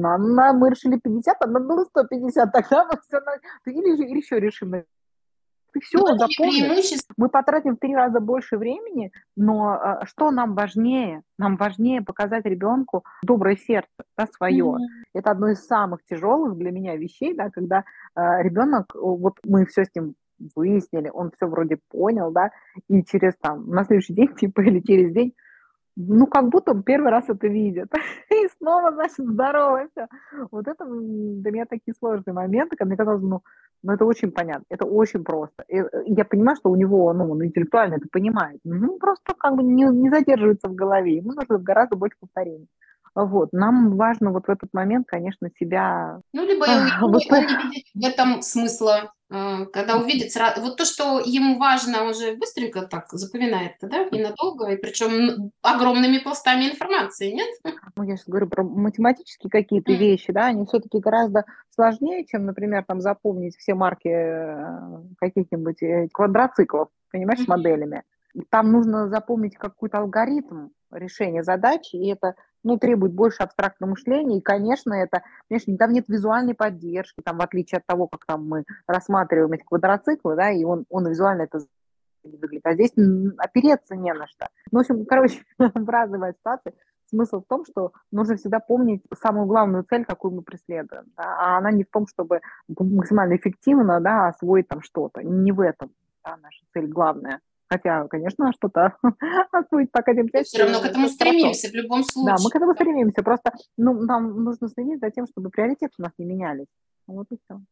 мы решили 50, а нам было 150, тогда мы все, или еще решим, ты все, Но в он этом и запомнит. преимущество. Мы потратим в 3 раза больше времени, но что нам важнее? Нам важнее показать ребенку доброе сердце, да, свое. Мгм. Это одно из самых тяжелых для меня вещей, да, когда ребенок, вот мы все с ним выяснили, он все вроде понял, да, и через там на следующий день, типа, или через день, ну, как будто он первый раз это видит. И снова, значит, здорово, всё. Вот это, для меня такие сложные моменты, когда мне казалось, ну, это очень понятно, это очень просто. Я понимаю, что у него, ну, он интеллектуально это понимает, ну, просто как бы не задерживается в голове, ему нужно гораздо больше повторений. Вот. Нам важно вот в этот момент, конечно, себя, Ну, либо и вот, он не видит в этом смысла, когда увидит сразу. Вот то, что ему важно, он же быстренько так запоминает, да, и надолго, и причем огромными пластами информации, нет? ну, я сейчас говорю про математические какие-то М, вещи, да, они все-таки гораздо сложнее, чем, например, там запомнить все марки каких-нибудь квадроциклов, понимаешь, с мгм. моделями. Там нужно запомнить какой-то алгоритм решения задачи, и это, ну, требует больше абстрактного мышления, и, конечно, конечно, там нет визуальной поддержки, там, в отличие от того, как там мы рассматриваем эти квадроциклы, да, и он визуально это выглядит. А здесь опереться не на что. Ну, в общем, короче, в разные ситуации. Смысл в том, что нужно всегда помнить самую главную цель, какую мы преследуем. Да? А она не в том, чтобы максимально эффективно, да, освоить там что-то. Не в этом, да, наша цель главная. Хотя, конечно, что-то освоить по академ Мы части все равно к этому тоже хорошо. стремимся в любом Да, мы к случае. этому стремимся. Просто ну, нам нужно следить за тем, чтобы приоритеты у нас не менялись. Вот и все.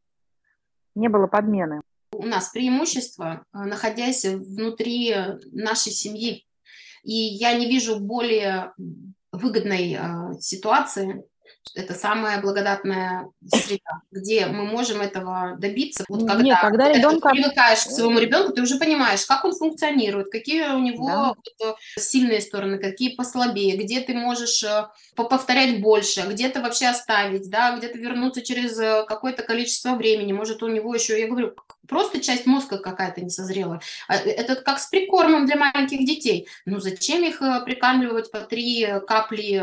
Не было подмены. У нас преимущество, находясь внутри нашей семьи. И я не вижу более выгодной ситуации. Это самая благодатная среда, где мы можем этого добиться. Вот когда Нет, когда ты так вот ребенка, привыкаешь к своему ребенку, ты уже понимаешь, как он функционирует, какие у да, него вот, сильные стороны, какие послабее, где ты можешь повторять больше, где-то вообще оставить, да, где-то вернуться через какое-то количество времени. Может, у него еще, я говорю, просто часть мозга какая-то не созрела. Это как с прикормом для маленьких детей. Ну зачем их прикармливать по 3 капли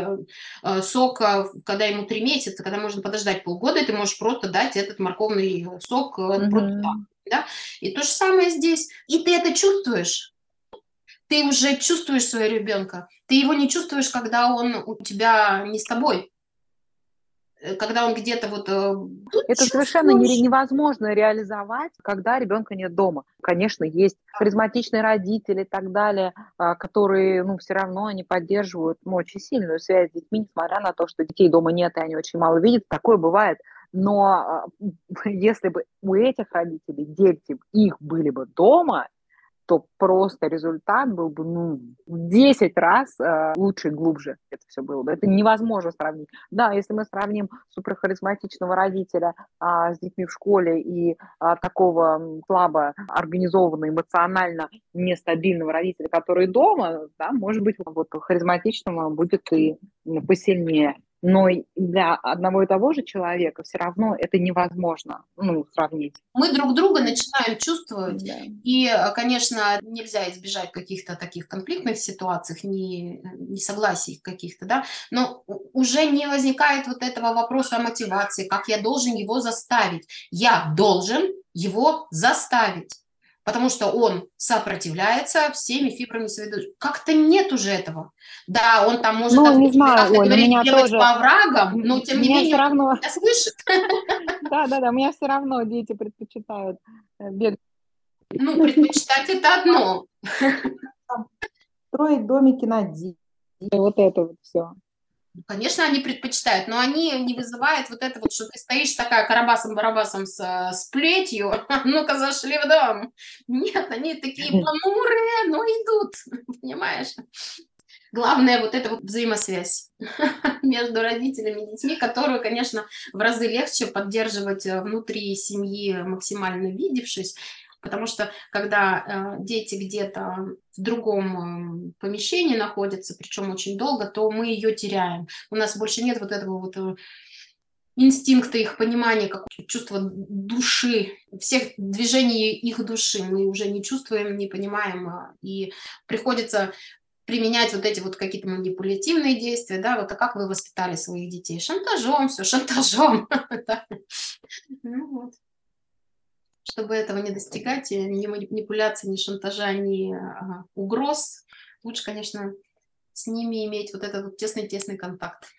сока, когда ему 3 месяца, когда можно подождать полгода, и ты можешь просто дать этот морковный сок просто так. мгм. Да? И то же самое здесь. И ты это чувствуешь. Ты уже чувствуешь своего ребенка. Ты его не чувствуешь, когда он у тебя не с тобой. Когда он где-то вот... Тут Это совершенно чувствуешь. невозможно реализовать, когда ребенка нет дома. Конечно, есть харизматичные родители и так далее, которые, ну, все равно они поддерживают, ну, очень сильную связь с детьми, несмотря на то, что детей дома нет, и они очень мало видят. Такое бывает. Но если бы у этих родителей дети их были бы дома, то просто результат был бы, ну, в 10 раз лучше и глубже это все было бы. Это невозможно сравнить. Да, если мы сравним суперхаризматичного родителя с детьми в школе и такого слабо организованного, эмоционально нестабильного родителя, который дома, да, может быть, вот харизматичного будет и посильнее. Но для одного и того же человека все равно это невозможно, ну, сравнить. Мы друг друга начинаем чувствовать, Да. и, конечно, нельзя избежать каких-то таких конфликтных ситуаций, несогласий каких-то, да, но уже не возникает вот этого вопроса о мотивации, как я должен его заставить. Я должен его заставить, потому что он сопротивляется всеми фибрами своей души. Как-то нет уже этого. Да, он там может Ну, не знаю, как-то Оль, у говорить, меня бегать тоже, по оврагам, но тем не меня все менее он равно, меня слышит. да-да-да, у меня все равно дети предпочитают бегать. Ну, предпочитать это одно. Строить домики на дереве, вот это вот все. Конечно, они предпочитают, но они не вызывают вот это вот, что ты стоишь такая карабасом-барабасом с плетью, ну-ка зашли в дом. Нет, они такие понурые, но идут, понимаешь? Главное вот эта вот взаимосвязь между родителями и детьми, которую, конечно, в разы легче поддерживать внутри семьи, максимально видевшись, потому что когда дети где-то в другом помещении находятся, причем очень долго, то мы ее теряем. У нас больше нет вот этого вот инстинкта их понимания, как чувство души, всех движений их души мы уже не чувствуем, не понимаем, и приходится применять вот эти вот какие-то манипулятивные действия, да, вот, а как вы воспитали своих детей? Шантажом, все, шантажом. Ну вот. Чтобы этого не достигать, ни манипуляции, ни шантажа, ни угроз, лучше, конечно, с ними иметь вот этот вот тесный-тесный контакт.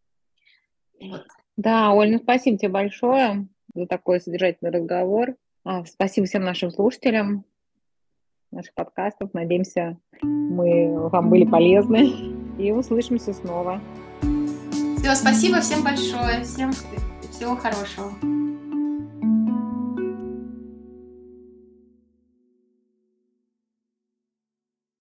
Вот. Да, Оль, ну спасибо тебе большое за такой содержательный разговор. Спасибо всем нашим слушателям наших подкастов. Надеемся, мы вам были полезны. И услышимся снова. Все, спасибо всем большое. Всем всего хорошего.